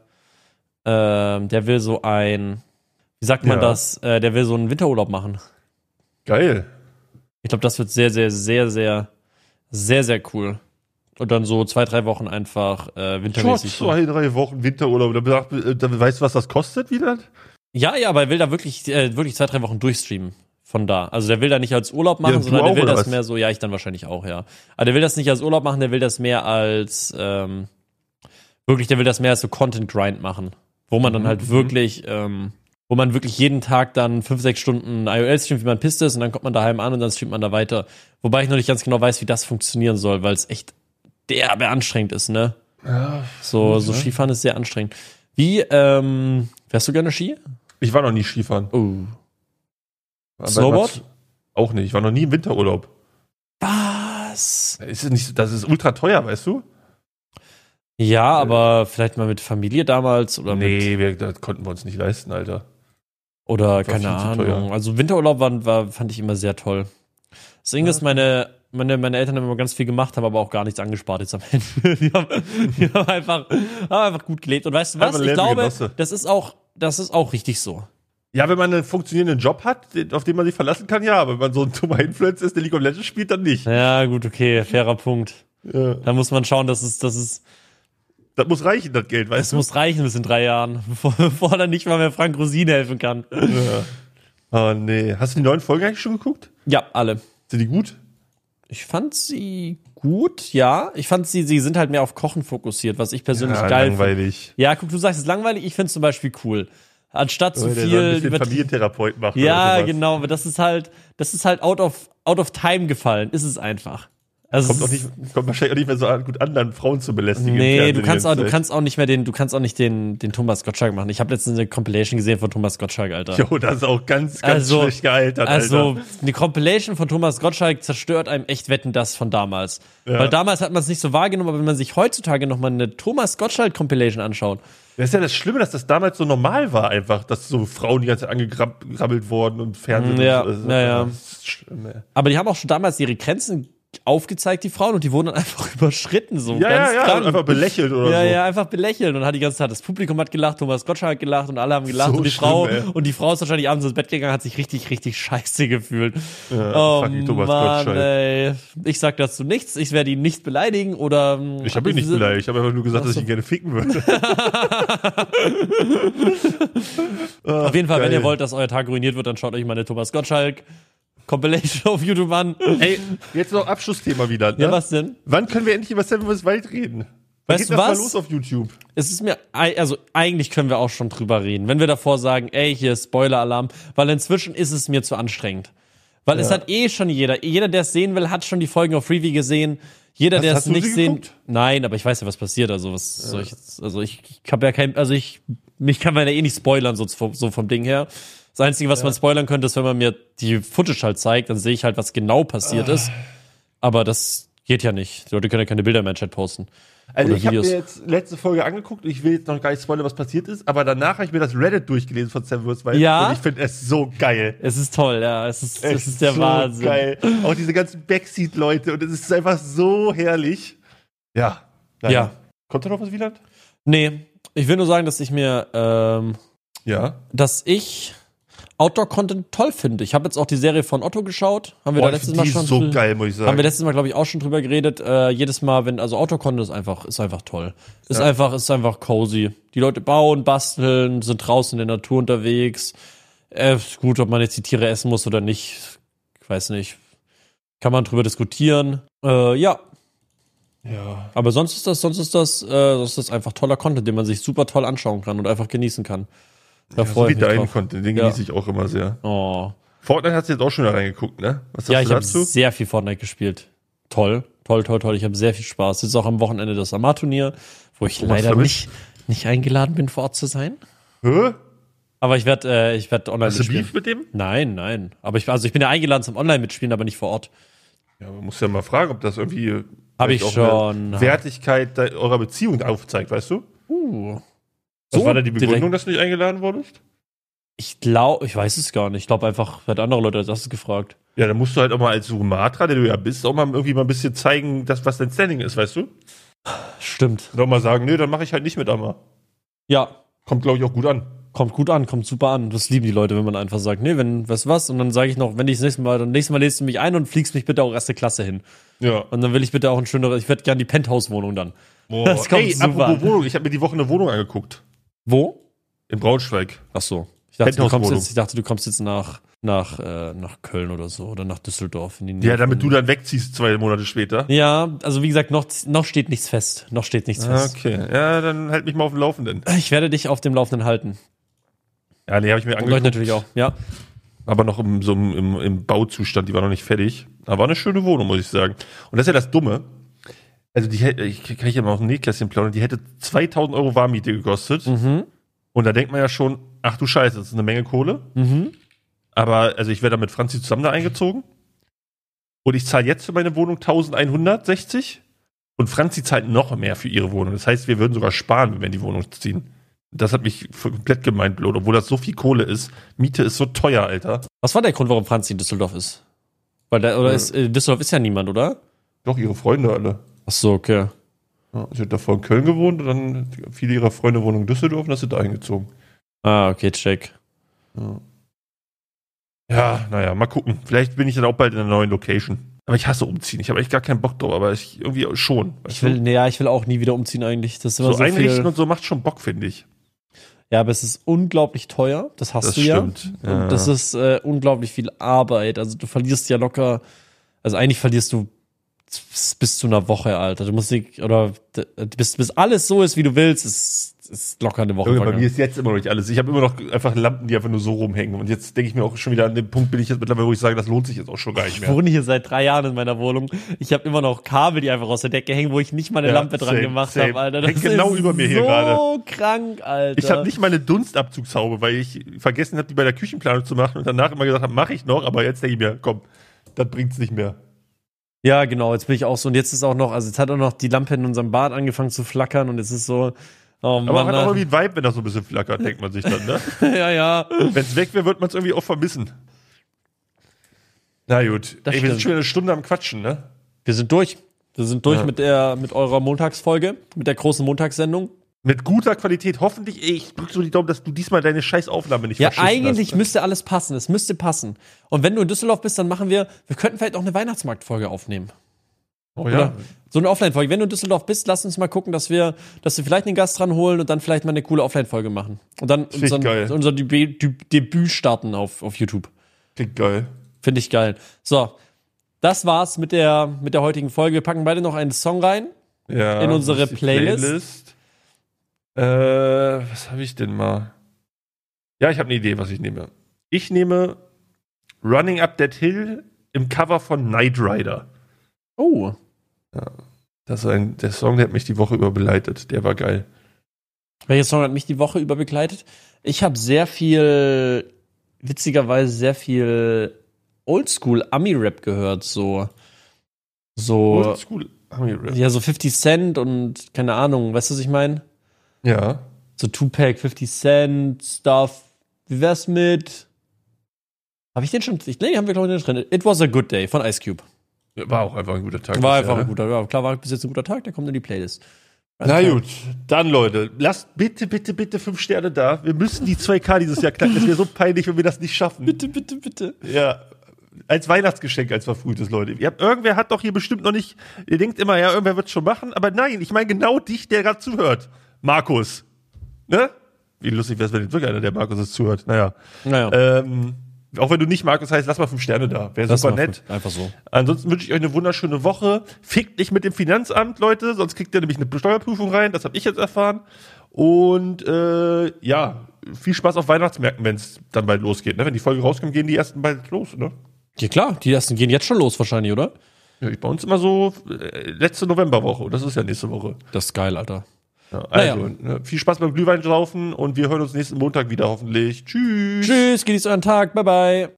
der will so ein, wie sagt man das? Der will so einen Winterurlaub machen. Geil. Ich glaube, das wird sehr, sehr, sehr, sehr, sehr, sehr cool. Und dann so 2-3 Wochen einfach wintermäßig. 2-3 Wochen Winterurlaub. Dann weißt du, was das kostet wieder? Ja, aber er will da wirklich 2-3 Wochen durchstreamen. Von da. Also der will da nicht als Urlaub machen, sondern der will das mehr so, ja, ich dann wahrscheinlich auch, ja. Aber der will das nicht als Urlaub machen, der will das mehr als der will das mehr als so Content Grind machen. Wo man dann halt wirklich, wo man wirklich jeden Tag dann 5-6 Stunden IOL streamt, wie man pisst ist, und dann kommt man daheim an und dann streamt man da weiter. Wobei ich noch nicht ganz genau weiß, wie das funktionieren soll, weil es echt derbe anstrengend ist, ne? Ja. So Skifahren ist sehr anstrengend. Fährst du gerne Ski? Ich war noch nie Skifahren. Snowboard? Auch nicht. Ich war noch nie im Winterurlaub. Was? Das ist ultra teuer, weißt du? Ja, aber vielleicht mal mit Familie damals oder das konnten wir uns nicht leisten, Alter. Oder keine Ahnung. Also Winterurlaub fand ich immer sehr toll. Das Ding ist, meine Eltern haben immer ganz viel gemacht, haben aber auch gar nichts angespart jetzt am Ende. Die haben einfach gut gelebt. Und weißt du was? Ich glaube, das ist auch richtig so. Ja, wenn man einen funktionierenden Job hat, auf den man sich verlassen kann, ja. Aber wenn man so ein dummer Influencer ist, der League of Legends spielt, dann nicht. Ja, gut, okay, fairer Punkt. Ja. Da muss man schauen, das muss reichen, das Geld, weißt du? Das muss reichen bis in 3 Jahren, bevor dann nicht mal mehr Frank Rosin helfen kann. Ja. Oh nee. Hast du die neuen Folgen eigentlich schon geguckt? Ja, alle. Sind die gut? Ich fand sie gut, ja. Ich fand sie sind halt mehr auf Kochen fokussiert, was ich persönlich geil finde. Langweilig. Ja, guck, du sagst es langweilig, ich finde es zum Beispiel cool. Anstatt so viel über Familientherapeut machen. Ja, genau, aber das ist halt out of time gefallen, ist es einfach. Also kommt wahrscheinlich auch nicht mehr so gut an, dann Frauen zu belästigen. Nee, du kannst auch nicht den Thomas Gottschalk machen. Ich habe letztens eine Compilation gesehen von Thomas Gottschalk, Alter. Jo, das ist auch ganz schlecht gealtert, Alter. Also, eine Compilation von Thomas Gottschalk zerstört einem echt Wetten, das von damals. Ja. Weil damals hat man es nicht so wahrgenommen, aber wenn man sich heutzutage nochmal eine Thomas Gottschalk Compilation anschaut. Das ist ja das Schlimme, dass das damals so normal war einfach, dass so Frauen die ganze Zeit angegrabbelt wurden und Fernsehen. Ja. Das ist schlimm, ey. Aber die haben auch schon damals ihre Grenzen aufgezeigt, die Frauen, und die wurden dann einfach überschritten, so ganz krank. Einfach belächelt oder so. Ja, einfach belächelt, und hat die ganze Zeit, das Publikum hat gelacht, Thomas Gottschalk hat gelacht und alle haben gelacht, so und die Frau ist wahrscheinlich abends ins Bett gegangen, hat sich richtig, richtig scheiße gefühlt. Ja, Thomas Gottschalk. Ey. Ich sag dazu nichts, ich werde ihn nicht beleidigen oder... Ich habe ihn nicht beleidigt, ich habe einfach nur gesagt, dass ich ihn gerne ficken würde. Auf jeden Fall, wenn ihr wollt, dass euer Tag ruiniert wird, dann schaut euch mal eine Thomas Gottschalk Compilation auf YouTube an. Ey, jetzt noch Abschlussthema wieder. Ne? Ja, was denn? Wann können wir endlich über Seven vs. Wild reden? Weißt du was? Mal los auf YouTube. Es ist mir, also eigentlich können wir auch schon drüber reden. Wenn wir davor sagen, ey, hier ist Spoiler-Alarm, weil inzwischen ist es mir zu anstrengend. Weil es hat schon jeder, der es sehen will, hat schon die Folgen auf Freevee gesehen. Jeder, der es nicht sehen, nein, aber ich weiß ja, was passiert. Also ich habe ja mich kann man ja eh nicht spoilern, so vom Ding her. Das Einzige, was man spoilern könnte, ist, wenn man mir die Footage halt zeigt, dann sehe ich halt, was genau passiert ist. Aber das geht ja nicht. Die Leute können ja keine Bilder mehr im Chat posten. Also ich habe mir jetzt letzte Folge angeguckt, ich will jetzt noch gar nicht spoilern, was passiert ist, aber danach habe ich mir das Reddit durchgelesen von Seven vs. Wild. Ja. Und ich finde es so geil. Es ist toll, ja. Es ist der so Wahnsinn. Geil. Auch diese ganzen Backseat-Leute, und es ist einfach so herrlich. Ja. Naja. Ja. Kommt da noch was, Wieland? Nee. Ich will nur sagen, dass ich mir dass ich Outdoor-Content toll finde. Ich habe jetzt auch die Serie von Otto geschaut. Haben wir letztes Mal schon. So geil, muss ich sagen. Haben wir letztes Mal, glaube ich, auch schon drüber geredet. Jedes Mal, Outdoor-Content ist einfach toll. Ist einfach cozy. Die Leute bauen, basteln, sind draußen in der Natur unterwegs. Gut, ob man jetzt die Tiere essen muss oder nicht, ich weiß nicht. Kann man drüber diskutieren. Ja. Aber sonst ist das einfach toller Content, den man sich super toll anschauen kann und einfach genießen kann. Da freue ich mich drauf. Content, den genieße ich auch immer sehr. Oh. Fortnite hast du jetzt auch schon da reingeguckt, ne? Was sagst du dazu? Ich habe sehr viel Fortnite gespielt. Toll. Ich habe sehr viel Spaß. Jetzt auch am Wochenende das Amar-Turnier, wo ich leider nicht eingeladen bin, vor Ort zu sein. Hä? Aber ich werd online mitspielen. Hast du Beef mit dem? Nein. Aber ich bin ja eingeladen zum Online-Mitspielen, aber nicht vor Ort. Ja, man muss ja mal fragen, ob das irgendwie habe ich schon eine Wertigkeit eurer Beziehung aufzeigt, weißt du? Was war da die Begründung, dass du nicht eingeladen wurdest? Ich weiß es gar nicht. Ich glaube einfach, hat andere Leute als erstes gefragt. Ja, dann musst du halt auch mal als Sumatra, der du ja bist, auch mal irgendwie mal ein bisschen zeigen, was dein Standing ist, weißt du? Stimmt. Und auch mal sagen, nee, dann mache ich halt nicht mit Amma. Ja. Kommt, glaube ich, auch gut an. Kommt gut an, kommt super an. Das lieben die Leute, wenn man einfach sagt, nee, wenn, was. Und dann sage ich noch, wenn ich das nächste Mal lädst du mich ein und fliegst mich bitte auch erste Klasse hin. Ja. Und dann will ich bitte auch ich werde gerne die Penthouse-Wohnung dann. Boah. Das kommt super apropos an. Wohnung, ich habe mir die Woche eine Wohnung angeguckt. Wo? In Braunschweig. Ach so. Ich dachte, du kommst jetzt nach Köln oder so oder nach Düsseldorf. Ja, damit du dann wegziehst 2 Monate später. Ja, also wie gesagt, noch steht nichts fest. Okay, ja, dann halt mich mal auf dem Laufenden. Ich werde dich auf dem Laufenden halten. Ja, nee, habe ich mir angeguckt. Euch natürlich auch, ja. Aber noch im Bauzustand, die war noch nicht fertig. Aber war eine schöne Wohnung, muss ich sagen. Und das ist ja das Dumme. Also kann ich ja mal aus dem Nähkästchen plaudern, die hätte 2.000 Euro Warmmiete gekostet. Mhm. Und da denkt man ja schon, ach du Scheiße, das ist eine Menge Kohle. Mhm. Aber, also ich wäre da mit Franzi zusammen da eingezogen. Und ich zahle jetzt für meine Wohnung 1.160. Und Franzi zahlt noch mehr für ihre Wohnung. Das heißt, wir würden sogar sparen, wenn wir in die Wohnung ziehen. Das hat mich komplett gemindblowt, obwohl das so viel Kohle ist. Miete ist so teuer, Alter. Was war der Grund, warum Franzi in Düsseldorf ist? Düsseldorf ist ja niemand, oder? Doch, ihre Freunde alle. Ach so, okay. Ja, sie hat davor in Köln gewohnt und dann viele ihrer Freunde wohnen in Düsseldorf und dann sind da eingezogen. Ah, okay, check. Ja, naja, mal gucken. Vielleicht bin ich dann auch bald in einer neuen Location. Aber ich hasse umziehen. Ich habe echt gar keinen Bock drauf, aber irgendwie schon. Ich will auch nie wieder umziehen eigentlich. Das ist immer so einrichten und so macht schon Bock, finde ich. Ja, aber es ist unglaublich teuer. Das hast du ja. Stimmt. Ja. Und das ist unglaublich viel Arbeit. Also du verlierst ja locker, also eigentlich verlierst du bis zu einer Woche, Alter. Du musst nicht, oder bis alles so ist, wie du willst, ist locker eine Woche. Bei mir ist jetzt immer noch nicht alles. Ich habe immer noch einfach Lampen, die einfach nur so rumhängen. Und jetzt denke ich mir auch schon wieder an den Punkt, bin ich jetzt mittlerweile, wo ich sage, das lohnt sich jetzt auch schon gar nicht mehr. Ich wohne hier seit 3 Jahren in meiner Wohnung. Ich habe immer noch Kabel, die einfach aus der Decke hängen, wo ich nicht mal eine Lampe dran gemacht habe, Alter. Das hängt genau über mir hier gerade. So krank, Alter. Ich habe nicht meine Dunstabzugshaube, weil ich vergessen habe, die bei der Küchenplanung zu machen und danach immer gesagt habe, mache ich noch. Aber jetzt denke ich mir, komm, das bringt's nicht mehr. Ja, genau, jetzt bin ich auch so. Und jetzt ist auch noch, also jetzt hat auch noch die Lampe in unserem Bad angefangen zu flackern und es ist so, oh Mann. Aber man hat auch irgendwie ein Vibe, wenn das so ein bisschen flackert, denkt man sich dann, ne? Ja. Wenn es weg wäre, wird man es irgendwie auch vermissen. Na gut. Wir sind schon wieder eine Stunde am Quatschen, ne? Wir sind durch. Mit eurer Montagsfolge, mit der großen Montagssendung. Mit guter Qualität, hoffentlich. Ich drücke so die Daumen, dass du diesmal deine scheiß Aufnahme nicht verschissen hast. Ja, eigentlich müsste alles passen. Es müsste passen. Und wenn du in Düsseldorf bist, dann wir könnten vielleicht auch eine Weihnachtsmarktfolge aufnehmen. Oh ja. Oder so eine Offline-Folge. Wenn du in Düsseldorf bist, lass uns mal gucken, dass wir vielleicht einen Gast ranholen und dann vielleicht mal eine coole Offline-Folge machen. Und dann unser Debüt starten auf YouTube. Klingt geil. Finde ich geil. So, das war's mit der heutigen Folge. Wir packen beide noch einen Song rein in unsere Playlist. Was habe ich denn mal? Ja, ich habe eine Idee, was ich nehme. Ich nehme Running Up That Hill im Cover von Knight Rider. Oh. Ja, das ist der Song, der hat mich die Woche über begleitet. Der war geil. Welcher Song hat mich die Woche über begleitet? Ich habe witzigerweise sehr viel Oldschool Ami-Rap gehört. So Oldschool Ami-Rap? Ja, so 50 Cent und keine Ahnung, weißt du, was ich meine? Ja. So Tupac, 50 Cent, Stuff. Wie wär's mit? Habe ich den schon? Nee, haben wir, glaube ich, drin. It Was a Good Day von Ice Cube. War auch einfach ein guter Tag. Klar, war bis jetzt ein guter Tag, der kommt in die Playlist. Na gut, dann Leute, lasst bitte 5 Sterne da. Wir müssen die 2K dieses Jahr knacken. Das wäre so peinlich, wenn wir das nicht schaffen. Bitte. Ja. Als Weihnachtsgeschenk, als verfrühtes, Leute. Irgendwer hat doch hier bestimmt noch nicht, ihr denkt immer, ja, irgendwer wird's schon machen, aber nein, ich meine genau dich, der gerade zuhört. Markus. Ne? Wie lustig wäre es, wenn jetzt wirklich einer, der Markus ist, zuhört. Naja. Auch wenn du nicht Markus heißt, lass mal 5 Sterne da. Wäre super nett. Einfach so. Ansonsten wünsche ich euch eine wunderschöne Woche. Fickt nicht mit dem Finanzamt, Leute, sonst kriegt ihr nämlich eine Steuerprüfung rein. Das habe ich jetzt erfahren. Und viel Spaß auf Weihnachtsmärkten, wenn es dann bald losgeht. Ne? Wenn die Folge rauskommt, gehen die ersten bald los, ne? Ja klar, die ersten gehen jetzt schon los wahrscheinlich, oder? Ja, bei uns immer so letzte Novemberwoche. Das ist ja nächste Woche. Das ist geil, Alter. Ja, also, viel Spaß beim Glühwein saufen und wir hören uns nächsten Montag wieder hoffentlich. Tschüss. Tschüss, genießt euren Tag. Bye, bye.